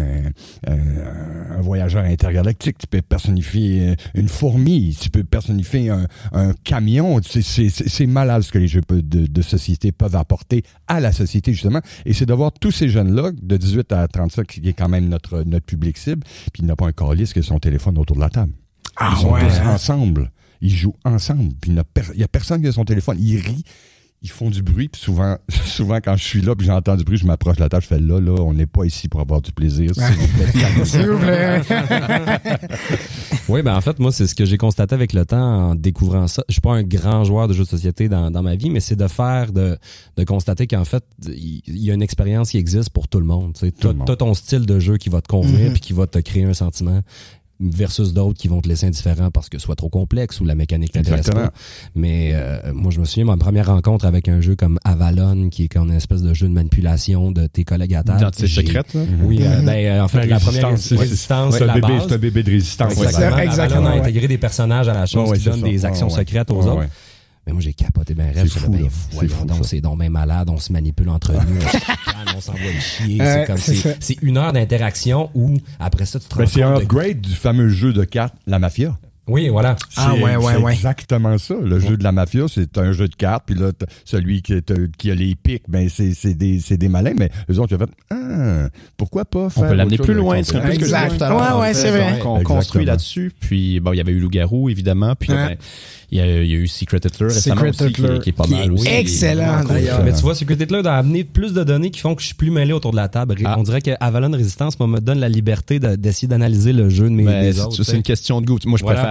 un voyageur intergalactique, tu peux personnifier une fourmi, tu peux personnifier un camion. C'est malade ce que les jeux de société peuvent apporter à la société, justement. Et c'est de voir tous ces jeunes-là, de 18 à 35, qui est quand même notre public cible, puis il n'a pas un calice qui a son téléphone autour de la table. Ils sont tous ensemble. Ils jouent ensemble. Puis il y a personne qui a son téléphone. Ils rient. Ils font du bruit, puis souvent quand je suis là, puis j'entends du bruit, je m'approche de la table, je fais là, on n'est pas ici pour avoir du plaisir. S'il vous plaît. Oui, ben en fait, moi, c'est ce que j'ai constaté avec le temps en découvrant ça. Je suis pas un grand joueur de jeux de société dans ma vie, mais c'est de constater qu'en fait, il y a une expérience qui existe pour tout le monde. T'as ton style de jeu qui va te convenir, puis qui va te créer un sentiment, versus d'autres qui vont te laisser indifférent parce que soit trop complexe ou la mécanique t'intéresse pas. Mais moi, je me souviens, ma première rencontre avec un jeu comme Avalon, qui est comme une espèce de jeu de manipulation de tes collègues à table. D'identité secrète, là? Oui, en fait, la première résistance, c'est un bébé de résistance. Exactement. Avalon a intégré des personnages à la chose qui donnent des actions secrètes aux autres. Mais moi, j'ai capoté ben rêve. Voyons donc, c'est donc bien malade. On se manipule entre nous. On s'envoie le chier. C'est 1 heure d'interaction où, après ça, tu te rends compte... C'est un upgrade du fameux jeu de cartes, la Mafia. Oui, voilà. C'est exactement ça. Le jeu de la Mafia, c'est un jeu de cartes. Puis là, celui qui a les pics, ben c'est des malins. Mais eux autres, ils ont fait, pourquoi pas faire... On peut l'amener plus loin. C'est c'est vrai. On construit là-dessus. Puis, bon, il y avait eu Loup-Garou, évidemment. Puis, il y a eu Secret Hitler récemment aussi, qui est pas mal aussi. Excellent, d'ailleurs. Mais tu vois, Secret Hitler a amené plus de données qui font que je suis plus mêlé autour de la table. On dirait que Avalon Résistance me donne la liberté d'essayer d'analyser le jeu de mes autres. C'est une question de goût. Moi, je préfère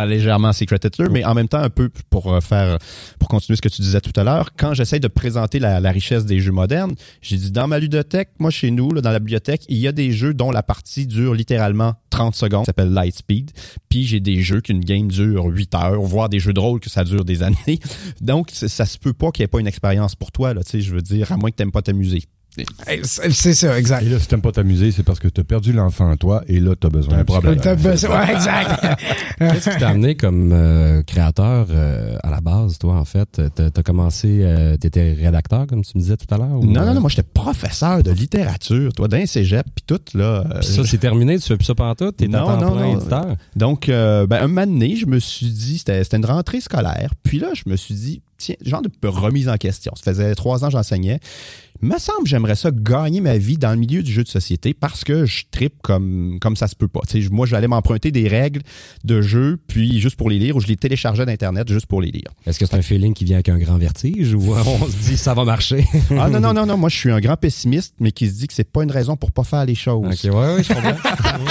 légèrement Secret Hitler, mais en même temps un peu pour continuer ce que tu disais tout à l'heure, quand j'essaie de présenter la richesse des jeux modernes, j'ai dit dans ma ludothèque, moi chez nous, là, dans la bibliothèque, il y a des jeux dont la partie dure littéralement 30 secondes, ça s'appelle Lightspeed, puis j'ai des jeux qu'une game dure 8 heures, voire des jeux de rôle que ça dure des années. Donc ça se peut pas qu'il n'y ait pas une expérience pour toi, là, tu sais, je veux dire, à moins que t'aimes pas t'amuser. C'est ça, exact. Et là, si t'aimes pas t'amuser, c'est parce que t'as perdu l'enfant en toi et là, t'as besoin d'un problème. Ouais, exact. Qu'est-ce qui t'a amené comme créateur à la base, toi, en fait? T'as commencé, t'étais rédacteur, comme tu me disais tout à l'heure? Non, moi, j'étais professeur de littérature, toi, d'un cégep, puis tout, là. Puis ça, c'est terminé, tu fais plus ça pantoute? T'es en plein éditeur? Donc, un moment donné, je me suis dit, c'était une rentrée scolaire, puis là, je me suis dit, tiens, genre de remise en question. Ça faisait 3 ans que j'enseignais. Il me semble que j'aimerais ça gagner ma vie dans le milieu du jeu de société parce que je trippe comme ça se peut pas. Tu sais, moi, j'allais m'emprunter des règles de jeu, puis juste pour les lire, ou je les téléchargeais d'Internet juste pour les lire. Est-ce que c'est un feeling qui vient avec un grand vertige ou on se dit ça va marcher? Ah non, moi, je suis un grand pessimiste, mais qui se dit que c'est pas une raison pour pas faire les choses. OK, ouais, je comprends.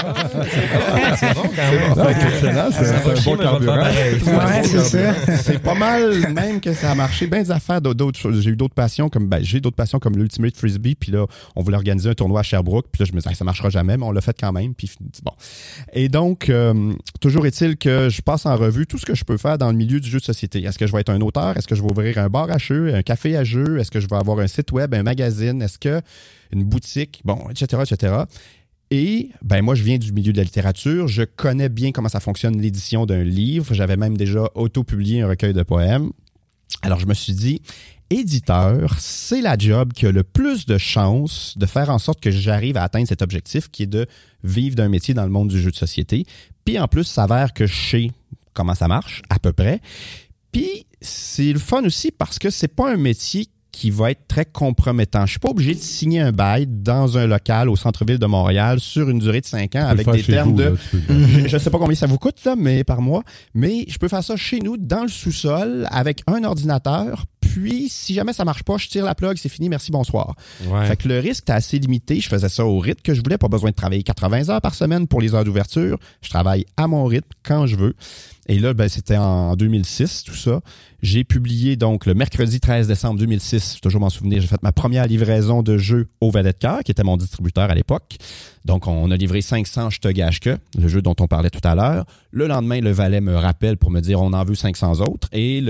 C'est bon quand même. C'est excellent, c'est un bon carburant. Ouais, c'est ça. C'est pas mal même que ça a marché. Ben des affaires d'autres choses. J'ai eu d'autres passions comme l'Ultimate Frisbee, puis là, on voulait organiser un tournoi à Sherbrooke, puis là, je me disais, ça marchera jamais, mais on l'a fait quand même, puis bon. Et donc, toujours est-il que je passe en revue tout ce que je peux faire dans le milieu du jeu de société. Est-ce que je vais être un auteur? Est-ce que je vais ouvrir un bar à jeux, un café à jeux? Est-ce que je vais avoir un site web, un magazine? Est-ce que une boutique? Bon, etc., etc. Et ben moi, je viens du milieu de la littérature. Je connais bien comment ça fonctionne l'édition d'un livre. J'avais même déjà auto-publié un recueil de poèmes. Alors, je me suis dit, éditeur, c'est la job qui a le plus de chances de faire en sorte que j'arrive à atteindre cet objectif qui est de vivre d'un métier dans le monde du jeu de société. Puis en plus, ça s'avère que je sais comment ça marche, à peu près. Puis c'est le fun aussi parce que c'est pas un métier qui va être très compromettant. Je suis pas obligé de signer un bail dans un local au centre-ville de Montréal sur une durée de 5 ans avec des termes de... Je sais pas combien ça vous coûte, là, mais par mois, mais je peux faire ça chez nous, dans le sous-sol, avec un ordinateur, puis si jamais ça marche pas, je tire la plug, c'est fini, merci, bonsoir. Ouais. Fait que le risque était assez limité. Je faisais ça au rythme que je voulais, pas besoin de travailler 80 heures par semaine pour les heures d'ouverture. Je travaille à mon rythme, quand je veux. Et là, ben, c'était en 2006, tout ça. J'ai publié donc le mercredi 13 décembre 2006, je vais toujours m'en souvenir, j'ai fait ma première livraison de jeux au Valet de Cœur, qui était mon distributeur à l'époque. Donc, on a livré 500 Je te gage que, le jeu dont on parlait tout à l'heure. Le lendemain, le Valet me rappelle pour me dire on en veut 500 autres. Et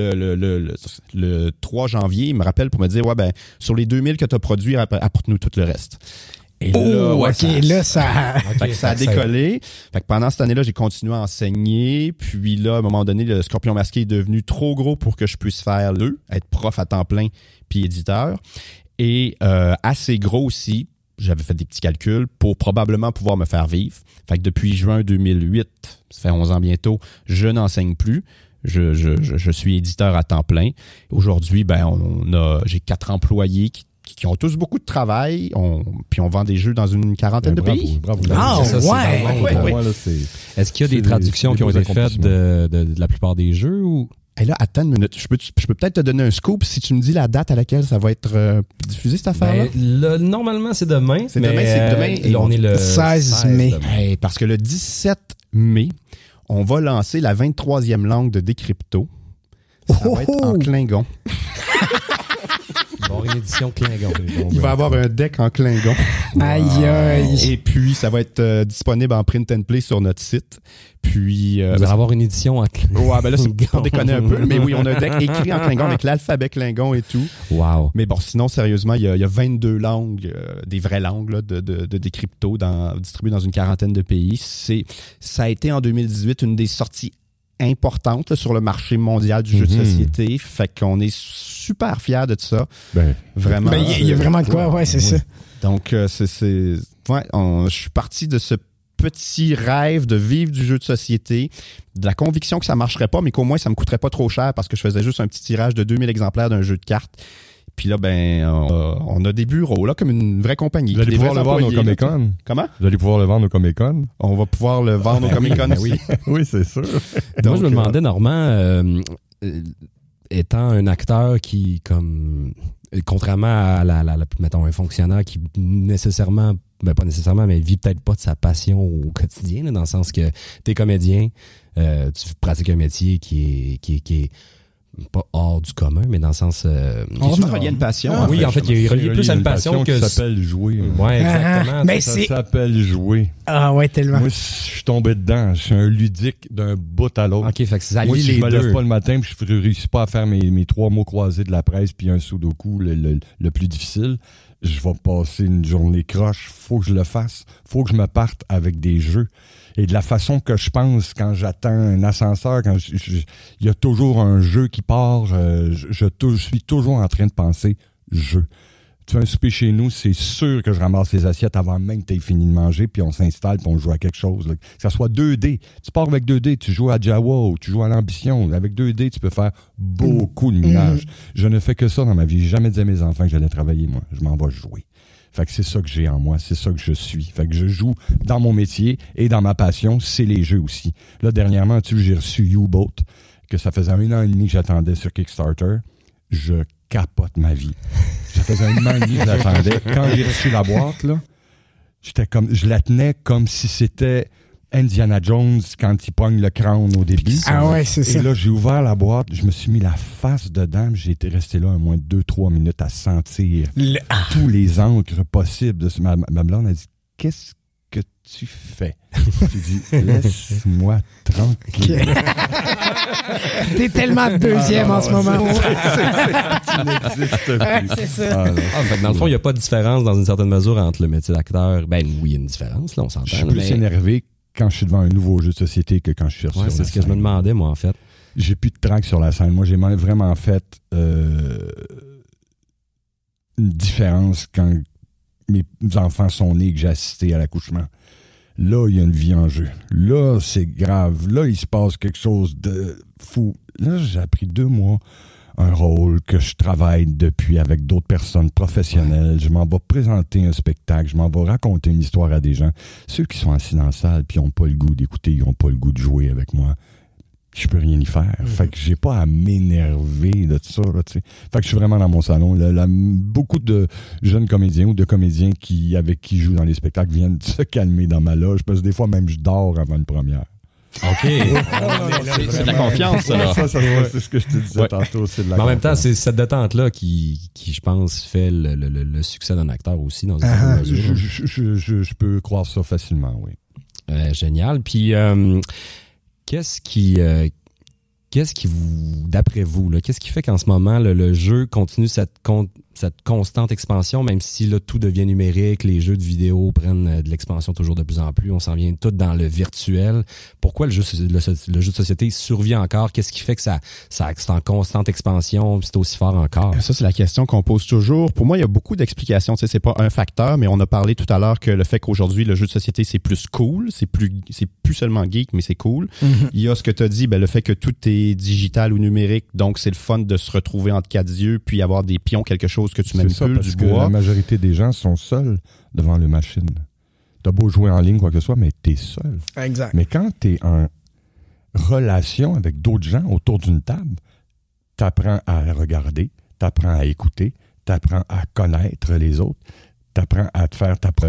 le 3 janvier, il me rappelle pour me dire ouais, ben, sur les 2000 que tu as produits, apporte-nous tout le reste. Et ça a décollé. Fait que pendant cette année-là, j'ai continué à enseigner. Puis là, à un moment donné, le Scorpion Masqué est devenu trop gros pour que je puisse faire être prof à temps plein puis éditeur. Et assez gros aussi. J'avais fait des petits calculs pour probablement pouvoir me faire vivre. Fait que depuis juin 2008, ça fait 11 ans bientôt, je n'enseigne plus. Je suis éditeur à temps plein. Aujourd'hui, ben j'ai 4 employés qui ont tous beaucoup de travail, puis on vend des jeux dans une quarantaine de pays. Bravo. Ah, ouais. Est-ce qu'il y a des traductions qui ont été faites de la plupart des jeux ou... Et là, attends une minute. Je peux peut-être te donner un scoop si tu me dis la date à laquelle ça va être diffusé, cette affaire-là? Normalement, c'est demain. C'est demain. Et on est le 16 mai. Hey, parce que le 17 mai, on va lancer la 23e langue de Décrypto. Ça va être en Klingon. Bon, une édition Klingon. Il va y avoir un deck en Klingon. Aïe, aïe. Et puis, ça va être disponible en print and play sur notre site. Puis, vous allez avoir une édition en Klingon. Ouais, ben là, c'est pour déconner un peu. Mais oui, on a un deck écrit en Klingon avec l'alphabet Klingon et tout. Wow. Mais bon, sinon, sérieusement, il y a 22 langues, des vraies langues là, de Décrypto distribuées dans une quarantaine de pays. Ça a été en 2018 une des sorties importante là, sur le marché mondial du jeu de société. Fait qu'on est super fiers de ça. Ben, vraiment. Ben, il y a vraiment de quoi, ouais, c'est ça. Donc, je suis parti de ce petit rêve de vivre du jeu de société, de la conviction que ça marcherait pas, mais qu'au moins ça me coûterait pas trop cher parce que je faisais juste un petit tirage de 2000 exemplaires d'un jeu de cartes. Puis là, ben, on a des bureaux, là, comme une vraie compagnie. Vous allez pouvoir le vendre au Comic-Con. Comment? Vous allez pouvoir le vendre au Comic-Con. On va pouvoir le vendre au Comic-Con aussi. Oui, c'est sûr. Donc, moi, je me demandais, Normand, étant un acteur qui, comme, contrairement à mettons, un fonctionnaire qui nécessairement, ben pas nécessairement, mais vit peut-être pas de sa passion au quotidien, là, dans le sens que t'es comédien, tu pratiques un métier qui est pas hors du commun, mais dans le sens... souvent relié à une passion. Oui, en fait, il est relié plus à une passion que... Ça s'appelle jouer. Oui, exactement. Mais ça s'appelle jouer. Ah ouais, tellement. Moi, je suis tombé dedans. Je suis un ludique d'un bout à l'autre. OK, fait que ça Moi, allie si les je me deux. lève pas le matin puis je réussis pas à faire mes 3 mots croisés de la presse puis un sudoku, le plus difficile, je vais passer une journée croche. Faut que je le fasse. Faut que je me parte avec des jeux. Et de la façon que je pense quand j'attends un ascenseur, quand il y a toujours un jeu qui part, je suis toujours en train de penser jeu. Tu fais un souper chez nous, c'est sûr que je ramasse les assiettes avant même que tu aies fini de manger, puis on s'installe, puis on joue à quelque chose. Là. Que ça soit 2D. Tu pars avec 2D, tu joues à Jawa ou tu joues à l'ambition. Avec 2D, tu peux faire beaucoup de minage. Je ne fais que ça dans ma vie. J'ai jamais dit à mes enfants que j'allais travailler, moi. Je m'en vais jouer. Fait que c'est ça que j'ai en moi, c'est ça que je suis. Fait que je joue dans mon métier et dans ma passion, c'est les jeux aussi. Là, dernièrement, j'ai reçu U-Boat, que ça faisait 1 an et demi que j'attendais sur Kickstarter. Je capote ma vie. Ça faisait 1 an et demi que j'attendais. Quand j'ai reçu la boîte, là, je la tenais comme si c'était Indiana Jones quand il pogne le crâne au début. Ah ouais, c'est ça. Et là, j'ai ouvert la boîte, je me suis mis la face dedans, j'ai été resté là au moins 2-3 minutes à sentir tous les encres possibles. Ma blonde a dit, qu'est-ce que tu fais? J'ai dit, laisse-moi tranquille. T'es tellement deuxième en ce moment. Tu n'existes plus. C'est ça. Fait, dans le fond, il n'y a pas de différence dans une certaine mesure entre le métier d'acteur. Ben oui, il y a une différence, là, on s'entend. Je suis plus énervé quand je suis devant un nouveau jeu de société que quand je suis sur la scène. C'est ce que je me demandais, moi, en fait. J'ai plus de trac sur la scène. Moi, j'ai vraiment fait une différence quand mes enfants sont nés et que j'ai assisté à l'accouchement. Là, il y a une vie en jeu. Là, c'est grave. Là, il se passe quelque chose de fou. Là, j'ai appris 2 mois un rôle que je travaille depuis avec d'autres personnes professionnelles. Je m'en vais présenter un spectacle. Je m'en vais raconter une histoire à des gens. Ceux qui sont assis dans la salle puis ils n'ont pas le goût d'écouter, ils n'ont pas le goût de jouer avec moi. Je peux rien y faire. Fait que j'ai pas à m'énerver de ça, là, tu sais. Fait que je suis vraiment dans mon salon. Beaucoup de jeunes comédiens ou de comédiens avec qui je joue dans les spectacles viennent se calmer dans ma loge parce que des fois même je dors avant une première. OK. C'est de la confiance, ça. Là. Ça, c'est ce que je te disais tantôt. C'est de la Mais en même temps, confiance. c'est cette détente-là qui, je pense, fait le succès d'un acteur aussi dans une certaine mesure. Je peux croire ça facilement, oui. Génial. Puis, qu'est-ce qui vous, d'après vous, là, qu'est-ce qui fait qu'en ce moment, le jeu continue cette constante expansion, même si là, tout devient numérique, les jeux de vidéo prennent de l'expansion toujours de plus en plus, on s'en vient tout dans le virtuel. Pourquoi le jeu de société survit encore? Qu'est-ce qui fait que c'est en constante expansion, c'est aussi fort encore? Ça, c'est la question qu'on pose toujours. Pour moi, il y a beaucoup d'explications. Tu sais, c'est pas un facteur, mais on a parlé tout à l'heure que le fait qu'aujourd'hui, le jeu de société, c'est plus cool. C'est plus seulement geek, mais c'est cool. Mm-hmm. Il y a ce que tu as dit, le fait que tout est digital ou numérique, donc c'est le fun de se retrouver entre 4 yeux puis avoir des pions, quelque chose que tu manipules, du bois. La majorité des gens sont seuls devant les machines. T'as beau jouer en ligne, quoi que ce soit, mais t'es seul. Exact. Mais quand t'es en relation avec d'autres gens autour d'une table, t'apprends à regarder, t'apprends à écouter, t'apprends à connaître les autres, t'apprends à te faire ta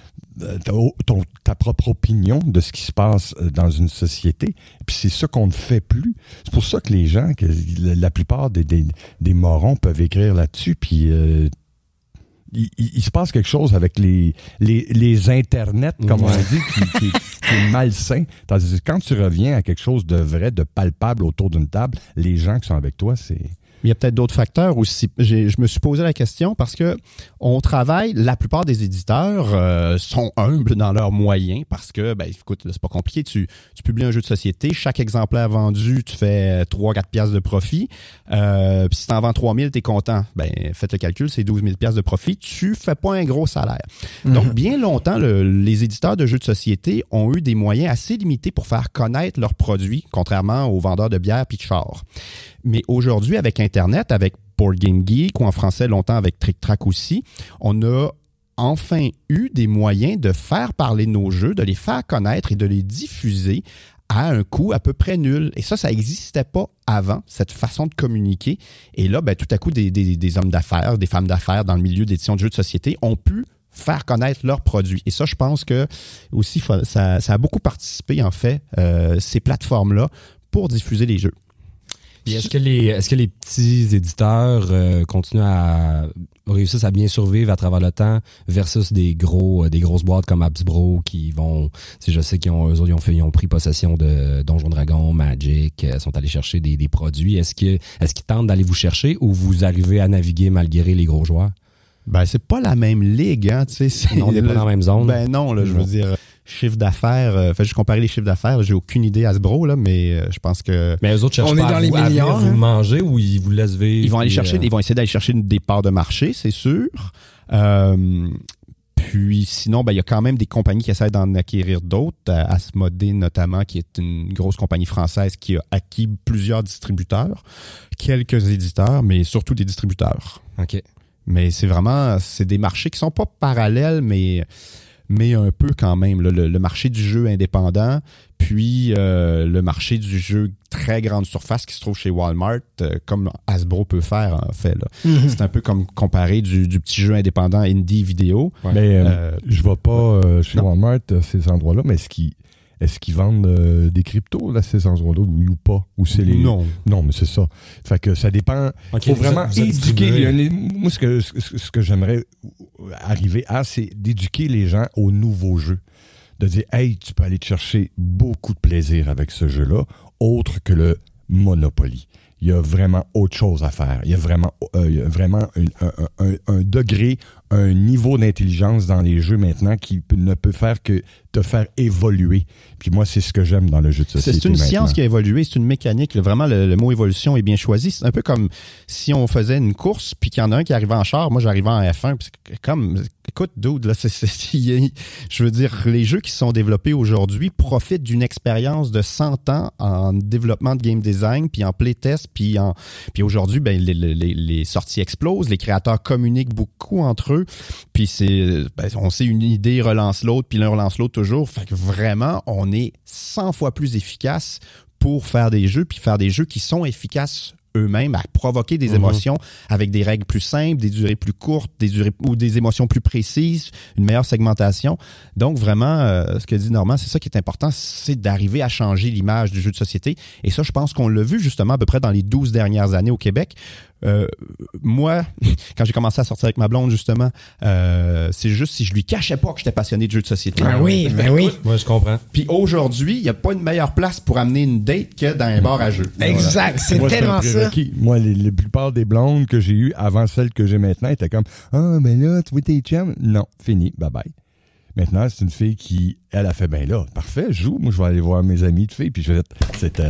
propre opinion de ce qui se passe dans une société. Puis c'est ça qu'on ne fait plus. C'est pour ça que les gens, la plupart des morons peuvent écrire là-dessus, puis il se passe quelque chose avec les internets, comme on dit, qui est malsain. Tandis que quand tu reviens à quelque chose de vrai, de palpable autour d'une table, les gens qui sont avec toi, c'est... Il y a peut-être d'autres facteurs aussi. Je me suis posé la question parce que on travaille, la plupart des éditeurs sont humbles dans leurs moyens parce que, écoute, là, c'est pas compliqué. Tu publies un jeu de société, chaque exemplaire vendu, tu fais 3-4 piastres de profit. Puis si t'en vends 3000, t'es content. Faites le calcul, c'est 12 000 piastres de profit. Tu fais pas un gros salaire. Mm-hmm. Donc, bien longtemps, les éditeurs de jeux de société ont eu des moyens assez limités pour faire connaître leurs produits, contrairement aux vendeurs de bière puis de char. Mais aujourd'hui, avec Internet, avec Board Game Geek, ou en français longtemps avec Trick Track aussi, on a enfin eu des moyens de faire parler nos jeux, de les faire connaître et de les diffuser à un coût à peu près nul. Et ça n'existait pas avant, cette façon de communiquer. Et là, tout à coup, des hommes d'affaires, des femmes d'affaires dans le milieu d'édition de jeux de société ont pu faire connaître leurs produits. Et ça, je pense que aussi, ça a beaucoup participé, en fait, ces plateformes-là, pour diffuser les jeux. Puis est-ce que les petits éditeurs continuent à réussissent à bien survivre à travers le temps versus des grosses boîtes comme Hasbro qui vont, je sais qu'ils ont pris possession de Donjons Dragons, Magic, sont allés chercher des produits. Est-ce qu'ils tentent d'aller vous chercher ou vous arrivez à naviguer malgré les gros joueurs? Ben, c'est pas la même ligue, hein, tu sais. On n'est pas dans la même zone. Ben non, là, je veux dire, chiffre d'affaires, je comparais les chiffres d'affaires, j'ai aucune idée Hasbro, là, mais je pense que... Mais eux autres cherchent pas à vous manger ou ils vous laissent vivre? Ils vont essayer d'aller chercher des parts de marché, c'est sûr. Puis sinon, ben il y a quand même des compagnies qui essaient d'en acquérir d'autres. Asmodée notamment, qui est une grosse compagnie française qui a acquis plusieurs distributeurs, quelques éditeurs, mais surtout des distributeurs. OK. Mais c'est des marchés qui sont pas parallèles, mais un peu quand même. Là, le marché du jeu indépendant, puis le marché du jeu très grande surface qui se trouve chez Walmart, comme Hasbro peut faire, en fait. Là. Mm-hmm. C'est un peu comme comparer du petit jeu indépendant indie vidéo. Ouais. Mais je ne vais pas chez Walmart à ces endroits-là, mais est-ce qu'ils vendent des cryptos à ces endroits-là ou pas? Ou c'est les... Non, mais c'est ça. Fait que ça dépend. Il faut vraiment éduquer. Moi, ce que j'aimerais arriver à, c'est d'éduquer les gens aux nouveaux jeux. De dire, hey, tu peux aller te chercher beaucoup de plaisir avec ce jeu-là, autre que le Monopoly. Il y a vraiment autre chose à faire. Il y a vraiment un degré, un niveau d'intelligence dans les jeux maintenant qui ne peut faire que te faire évoluer. Puis moi, c'est ce que j'aime dans le jeu de société. C'est une science qui a évolué, c'est une mécanique. Là, vraiment, le mot évolution est bien choisi. C'est un peu comme si on faisait une course, puis qu'il y en a un qui arrivait en char, moi j'arrivais en F1, puis c'est comme, écoute, dude, là, je veux dire, les jeux qui sont développés aujourd'hui profitent d'une expérience de 100 ans en développement de game design, puis en playtest, puis aujourd'hui, ben les sorties explosent, les créateurs communiquent beaucoup entre eux, puis on sait une idée relance l'autre, puis l'un relance l'autre toujours. Fait que vraiment, on est 100 fois plus efficace pour faire des jeux, puis faire des jeux qui sont efficaces eux-mêmes, à provoquer des émotions avec des règles plus simples, des durées plus courtes, ou des émotions plus précises, une meilleure segmentation. Donc vraiment, ce que dit Normand, c'est ça qui est important, c'est d'arriver à changer l'image du jeu de société. Et ça, je pense qu'on l'a vu justement à peu près dans les 12 dernières années au Québec. Moi, quand j'ai commencé à sortir avec ma blonde, justement, c'est juste si je lui cachais pas que j'étais passionné de jeux de société. Ah oui, mais oui. Moi, je comprends. Puis aujourd'hui, il n'y a pas une meilleure place pour amener une date que dans un bar à jeux. Exact, c'est tellement ça. Moi, la plupart des blondes que j'ai eues avant celles que j'ai maintenant étaient comme « Ah, ben là, tu vois tes chums? » Non, fini, bye-bye. Maintenant, c'est une fille qui, elle a fait, ben là, parfait, joue. Moi, je vais aller voir mes amis de filles, puis je vais être, c'était...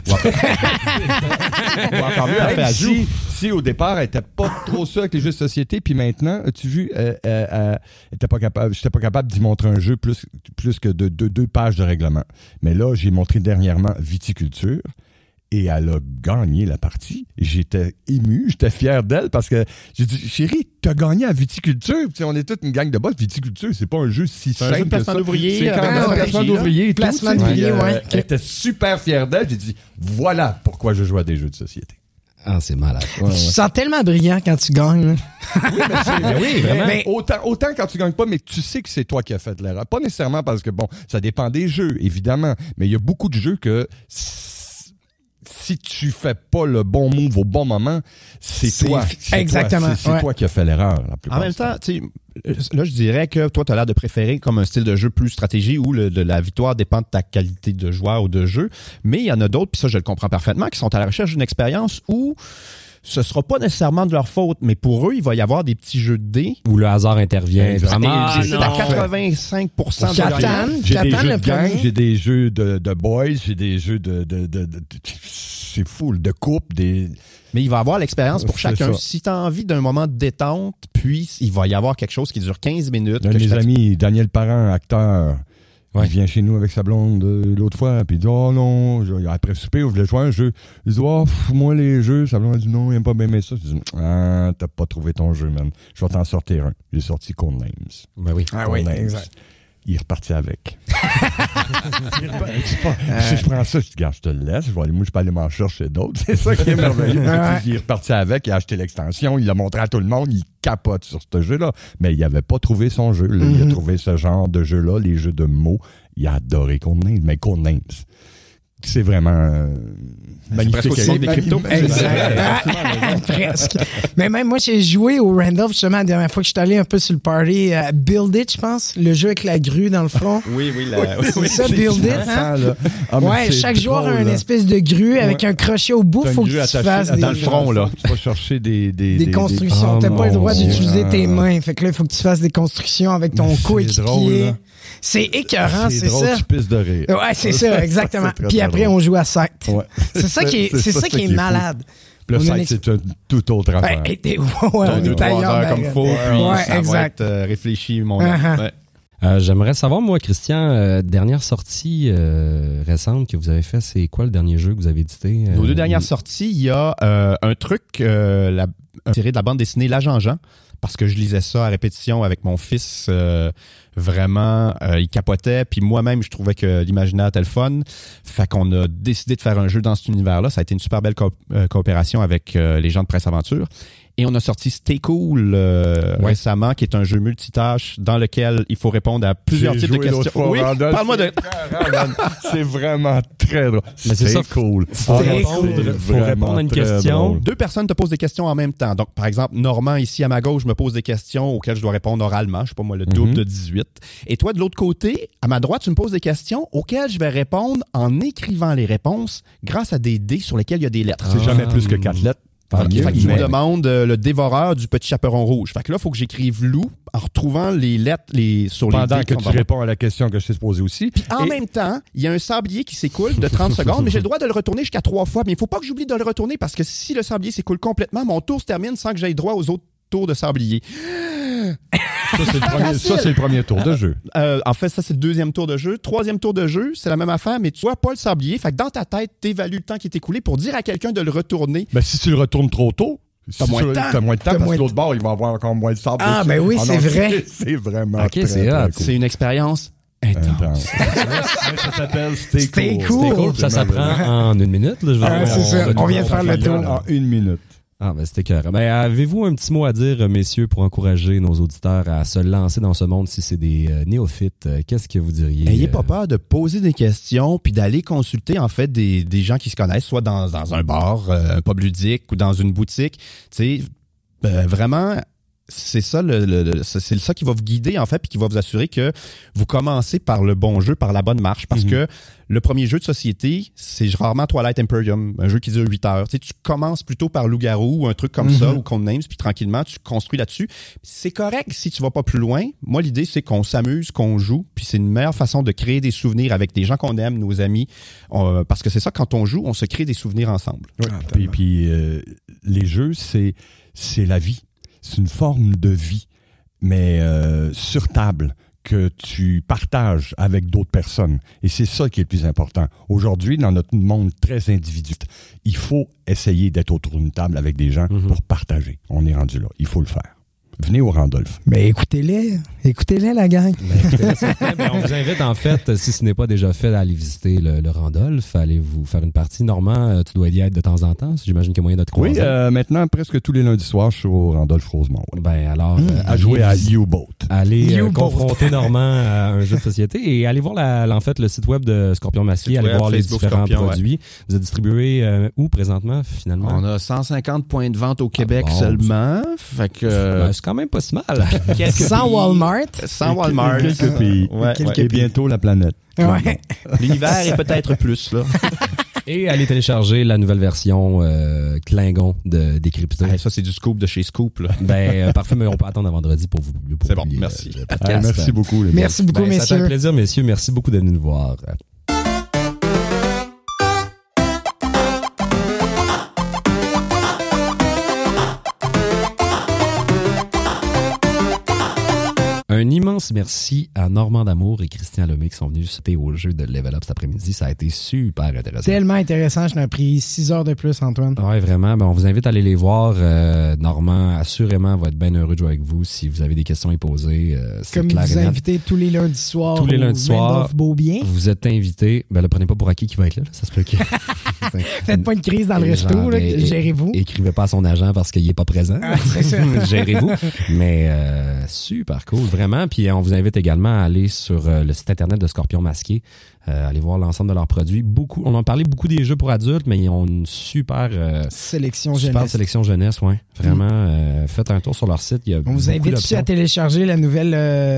encore mieux, elle fait, joue. Si au départ, elle était pas trop sûre avec les jeux de société, puis maintenant, as-tu vu, j'étais pas capable d'y montrer un jeu plus que de 2 pages de règlement. Mais là, j'ai montré dernièrement Viticulture. Et elle a gagné la partie. J'étais ému, j'étais fier d'elle parce que j'ai dit, chérie, t'as gagné à Viticulture. T'sais, on est toute une gang de boss. Viticulture, c'est pas un jeu si simple. Un jeu de placement d'ouvrier. C'est quand même un placement d'ouvrier. Placement d'ouvrier, ouais. Elle était super fière d'elle. J'ai dit, voilà pourquoi je joue à des jeux de société. Ah, c'est malade. Ouais, tu te sens tellement brillant quand tu gagnes. Oui, vraiment. Mais autant quand tu gagnes pas, mais tu sais que c'est toi qui as fait l'erreur. Pas nécessairement parce que, bon, ça dépend des jeux, évidemment. Mais il y a beaucoup de jeux que... Si tu fais pas le bon move au bon moment, c'est toi. Exactement. C'est toi qui as fait l'erreur. En même temps, tu sais, là, je dirais que toi, tu as l'air de préférer comme un style de jeu plus stratégie où de la victoire dépend de ta qualité de joueur ou de jeu. Mais il y en a d'autres, puis ça, je le comprends parfaitement, qui sont à la recherche d'une expérience où ce sera pas nécessairement de leur faute, mais pour eux, il va y avoir des petits jeux de dés. Où le hasard intervient. Vraiment. C'est à 85% de Catan, j'ai des jeux de gang, j'ai des jeux de boys, j'ai des jeux de c'est fou, de couple, Mais il va y avoir l'expérience pour chacun. Ça. Si tu as envie d'un moment de détente, puis il va y avoir quelque chose qui dure 15 minutes. Un de mes amis, Daniel Parent, acteur, il vient chez nous avec sa blonde l'autre fois, puis il dit « Oh non, après souper, on voulait jouer à un jeu. » Il dit « Oh, moi les jeux. » Sa blonde a dit « Non, il aime pas bien ça. » Je dis « Ah, t'as pas trouvé ton jeu, man. Je vais t'en sortir un. » J'ai sorti Codenames. Ben oui. Ah oui, exact. Il est reparti avec. Si je prends ça, je dis, regarde, je te le laisse. Je peux aller m'en chercher d'autres. C'est ça qui est merveilleux. Il est reparti avec, il a acheté l'extension, il l'a montré à tout le monde, il capote sur ce jeu-là. Mais il n'avait pas trouvé son jeu. Là. Il a trouvé ce genre de jeu-là, les jeux de mots. Il a adoré Codenames. Mais Codenames, c'est vraiment magnifique. C'est presque des cryptos. Presque. Mais même moi, j'ai joué au Randolph, justement, la dernière fois que je suis allé un peu sur le party. Build It, je pense. Le jeu avec la grue dans le fond. Oui. C'est ça, Build It. Hein? Ouais, chaque joueur a une espèce de grue avec un crochet au bout. Faut que tu fasses dans le front, là. Tu vas chercher des constructions. T'as pas le droit d'utiliser tes mains. Fait que là, il faut que tu fasses des constructions avec ton coéquipier. C'est écœurant, c'est drôle, ça. Tu pisses de rire. Ouais, c'est ça, exactement. Puis après, on joue à 7. Ouais. C'est ça qui est malade. Le 7, c'est un tout autre affaire. On est ailleurs. Comme faut, puis ça va être réfléchi, mon ami. J'aimerais savoir, moi, Christian, dernière sortie récente que vous avez fait, c'est quoi le dernier jeu que vous avez édité? Nos 2 dernières sorties, il y a un truc tiré de la bande dessinée La Jean-Jean, parce que je lisais ça à répétition avec mon fils. Vraiment, il capotait. Puis moi-même, je trouvais que l'imaginaire était le fun. Fait qu'on a décidé de faire un jeu dans cet univers-là. Ça a été une super belle coopération avec les gens de Presse Aventure. Et on a sorti Stay Cool récemment, qui est un jeu multitâche dans lequel il faut répondre à plusieurs types de questions. Oui, parle-moi de... C'est vraiment très drôle. Mais c'est ça, cool. Faut répondre à une question. Drôle. 2 personnes te posent des questions en même temps. Donc, par exemple, Normand, ici à ma gauche, me pose des questions auxquelles je dois répondre oralement. Je sais pas moi, le double de 18. Et toi, de l'autre côté, à ma droite, tu me poses des questions auxquelles je vais répondre en écrivant les réponses grâce à des dés sur lesquels il y a des lettres. C'est jamais plus que 4 lettres. Fait qu'il me demande le dévoreur du petit chaperon rouge. Fait que là, il faut que j'écrive loup en retrouvant les lettres sur les dés. Pendant que tu réponds à la question que je t'ai posée aussi. Puis en même temps, il y a un sablier qui s'écoule de 30 secondes, mais j'ai le droit de le retourner jusqu'à 3 fois. Mais il ne faut pas que j'oublie de le retourner parce que si le sablier s'écoule complètement, mon tour se termine sans que j'aille droit aux autres tours de sablier. Ça, c'est le premier tour de jeu. En fait, ça, c'est le 2e tour de jeu. 3e tour de jeu, c'est la même affaire, mais tu vois pas le sablier. Fait que dans ta tête, t'évalues le temps qui est écoulé pour dire à quelqu'un de le retourner. Mais si tu le retournes trop tôt, t'as moins de temps. T'as moins de temps parce que l'autre bord, il va avoir encore moins de sable. Ah, ben oui, c'est vrai. C'est vraiment OK, c'est cool. C'est une expérience intense. Ça s'appelle Stay Cool. Ça s'apprend en 1 minute. Là, c'est ça. On vient de faire le tour. En 1 minute. Ah, ben c'était clair. Ben, avez-vous un petit mot à dire, messieurs, pour encourager nos auditeurs à se lancer dans ce monde si c'est des néophytes? Qu'est-ce que vous diriez? N'ayez pas peur de poser des questions puis d'aller consulter, en fait, des gens qui se connaissent, soit dans un bar, un pub ludique ou dans une boutique. Tu sais, vraiment... C'est ça, c'est ça qui va vous guider, en fait, puis qui va vous assurer que vous commencez par le bon jeu, par la bonne marche. Parce que le premier jeu de société, c'est rarement Twilight Imperium, un jeu qui dure 8 heures. Tu sais, tu commences plutôt par Loup-Garou ou un truc comme ça, ou Codenames, puis tranquillement, tu construis là-dessus. C'est correct si tu vas pas plus loin. Moi, l'idée, c'est qu'on s'amuse, qu'on joue, puis c'est une meilleure façon de créer des souvenirs avec des gens qu'on aime, nos amis. Parce que c'est ça, quand on joue, on se crée des souvenirs ensemble. Ouais, puis les jeux, c'est la vie. C'est une forme de vie, mais sur table, que tu partages avec d'autres personnes. Et c'est ça qui est le plus important. Aujourd'hui, dans notre monde très individualiste, il faut essayer d'être autour d'une table avec des gens pour partager. On est rendu là. Il faut le faire. Venez au Randolph. Mais écoutez-les, la gang. On vous invite, en fait, si ce n'est pas déjà fait, à aller visiter le Randolph. Allez vous faire une partie. Normand, tu dois y être de temps en temps. J'imagine qu'il y a moyen de te croiser. Oui, maintenant, presque tous les lundis soirs, je suis au Randolph Rosemont. Ouais. Ben alors, à jouer à U-Boat. Allez confronter Normand à un jeu de société et allez voir en fait le site web de Scorpion Masqué. Allez voir Facebook, les différents produits. Ouais. Vous êtes distribué où présentement, finalement? On a 150 points de vente au Québec seulement. Fait que... c'est quand même pas si mal. Sans Walmart. Sans Walmart. Quelques pays. Et bientôt la planète. Ouais. L'univers est peut-être plus, là. Et allez télécharger la nouvelle version Klingon de Décrypté. Ça, c'est du scoop de chez Scoop, là. Ben, parfait, mais on peut attendre à vendredi pour vous publier. C'est bon, merci. Merci beaucoup, les Merci beaucoup, messieurs. Ça fait un plaisir, messieurs. Merci beaucoup d'être venus nous voir. Un immense immense merci à Normand D'Amour et Christian Lemay qui sont venus sauter au jeu de Level Up cet après-midi. Ça a été super intéressant. Tellement intéressant. Je n'ai pris 6 heures de plus, Antoine. Oui, vraiment. Ben, on vous invite à aller les voir. Normand, assurément, va être bien heureux de jouer avec vous si vous avez des questions à y poser. Comme il vous invitez tous les lundis soirs. Tous les lundis soirs. Beaubien. Vous êtes invités. Ben, le prenez pas pour acquis qui va être là. Ça se peut que... Faites pas une crise dans le resto. Gérez-vous. Écrivez pas à son agent parce qu'il est pas présent. Gérez-vous. Mais super cool, vraiment. Puis on vous invite également à aller sur le site internet de Scorpion Masqué. Aller voir l'ensemble de leurs produits. On en parlait beaucoup des jeux pour adultes, mais ils ont une super sélection jeunesse, ouais. Vraiment, faites un tour sur leur site. On vous invite aussi à télécharger la nouvelle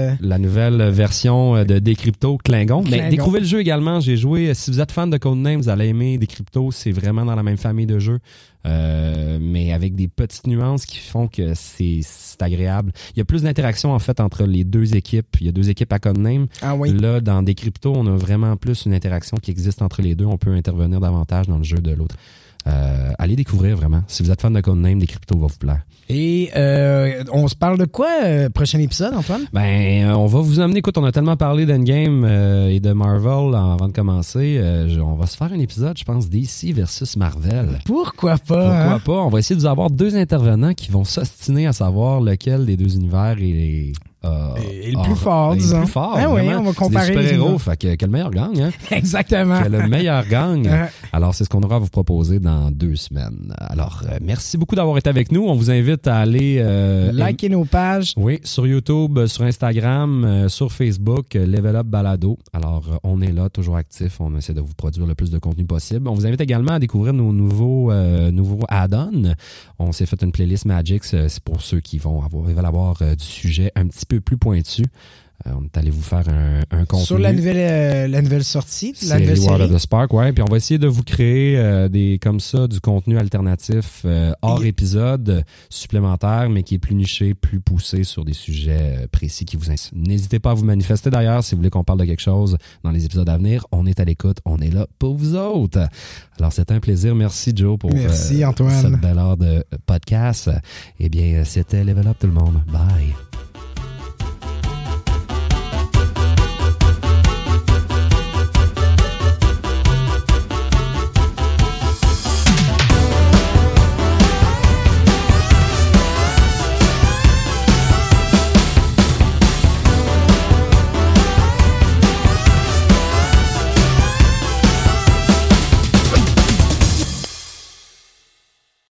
version de Decrypto Klingon. Mais découvrez le jeu également. J'ai joué. Si vous êtes fan de Codenames, vous allez aimer Decrypto. C'est vraiment dans la même famille de jeux. Mais avec des petites nuances qui font que c'est agréable. Il y a plus d'interaction en fait entre les deux équipes. Il y a 2 équipes à Codenames. Ah oui. Là, dans Decrypto, on a vraiment plus une interaction qui existe entre les deux. On peut intervenir davantage dans le jeu de l'autre. Allez découvrir vraiment. Si vous êtes fan de Codenames, Decrypto va vous plaire. Et on se parle de quoi prochain épisode, Antoine? Ben, on va vous emmener. Écoute, on a tellement parlé d'Endgame et de Marvel avant de commencer. On va se faire un épisode, je pense, DC versus Marvel. Pourquoi pas? Pourquoi pas? On va essayer de vous avoir 2 intervenants qui vont s'ostiner à savoir lequel des 2 univers est le plus fort, disons. Le plus fort, oui, on va comparer les super-héros. Fait que le meilleur gagne, hein? Exactement. Que le meilleur gagne. Alors, c'est ce qu'on aura à vous proposer dans 2 semaines. Alors, merci beaucoup d'avoir été avec nous. On vous invite à aller... liker nos pages. Oui, sur YouTube, sur Instagram, sur Facebook, Level Up Balado. Alors, on est là, toujours actifs. On essaie de vous produire le plus de contenu possible. On vous invite également à découvrir nos nouveaux add-ons. On s'est fait une playlist Magix. C'est pour ceux qui veulent avoir du sujet un petit peu plus pointu. On est allé vous faire un contenu. Sur la nouvelle sortie. La nouvelle série. Of the Spark, ouais. Puis on va essayer de vous créer du contenu alternatif hors épisode supplémentaire, mais qui est plus niché, plus poussé sur des sujets précis qui vous intéressent. N'hésitez pas à vous manifester d'ailleurs si vous voulez qu'on parle de quelque chose dans les épisodes à venir. On est à l'écoute, on est là pour vous autres. Alors c'est un plaisir. Merci Joe pour Antoine. cette belle heure de podcast. Eh bien, c'était Level Up tout le monde. Bye.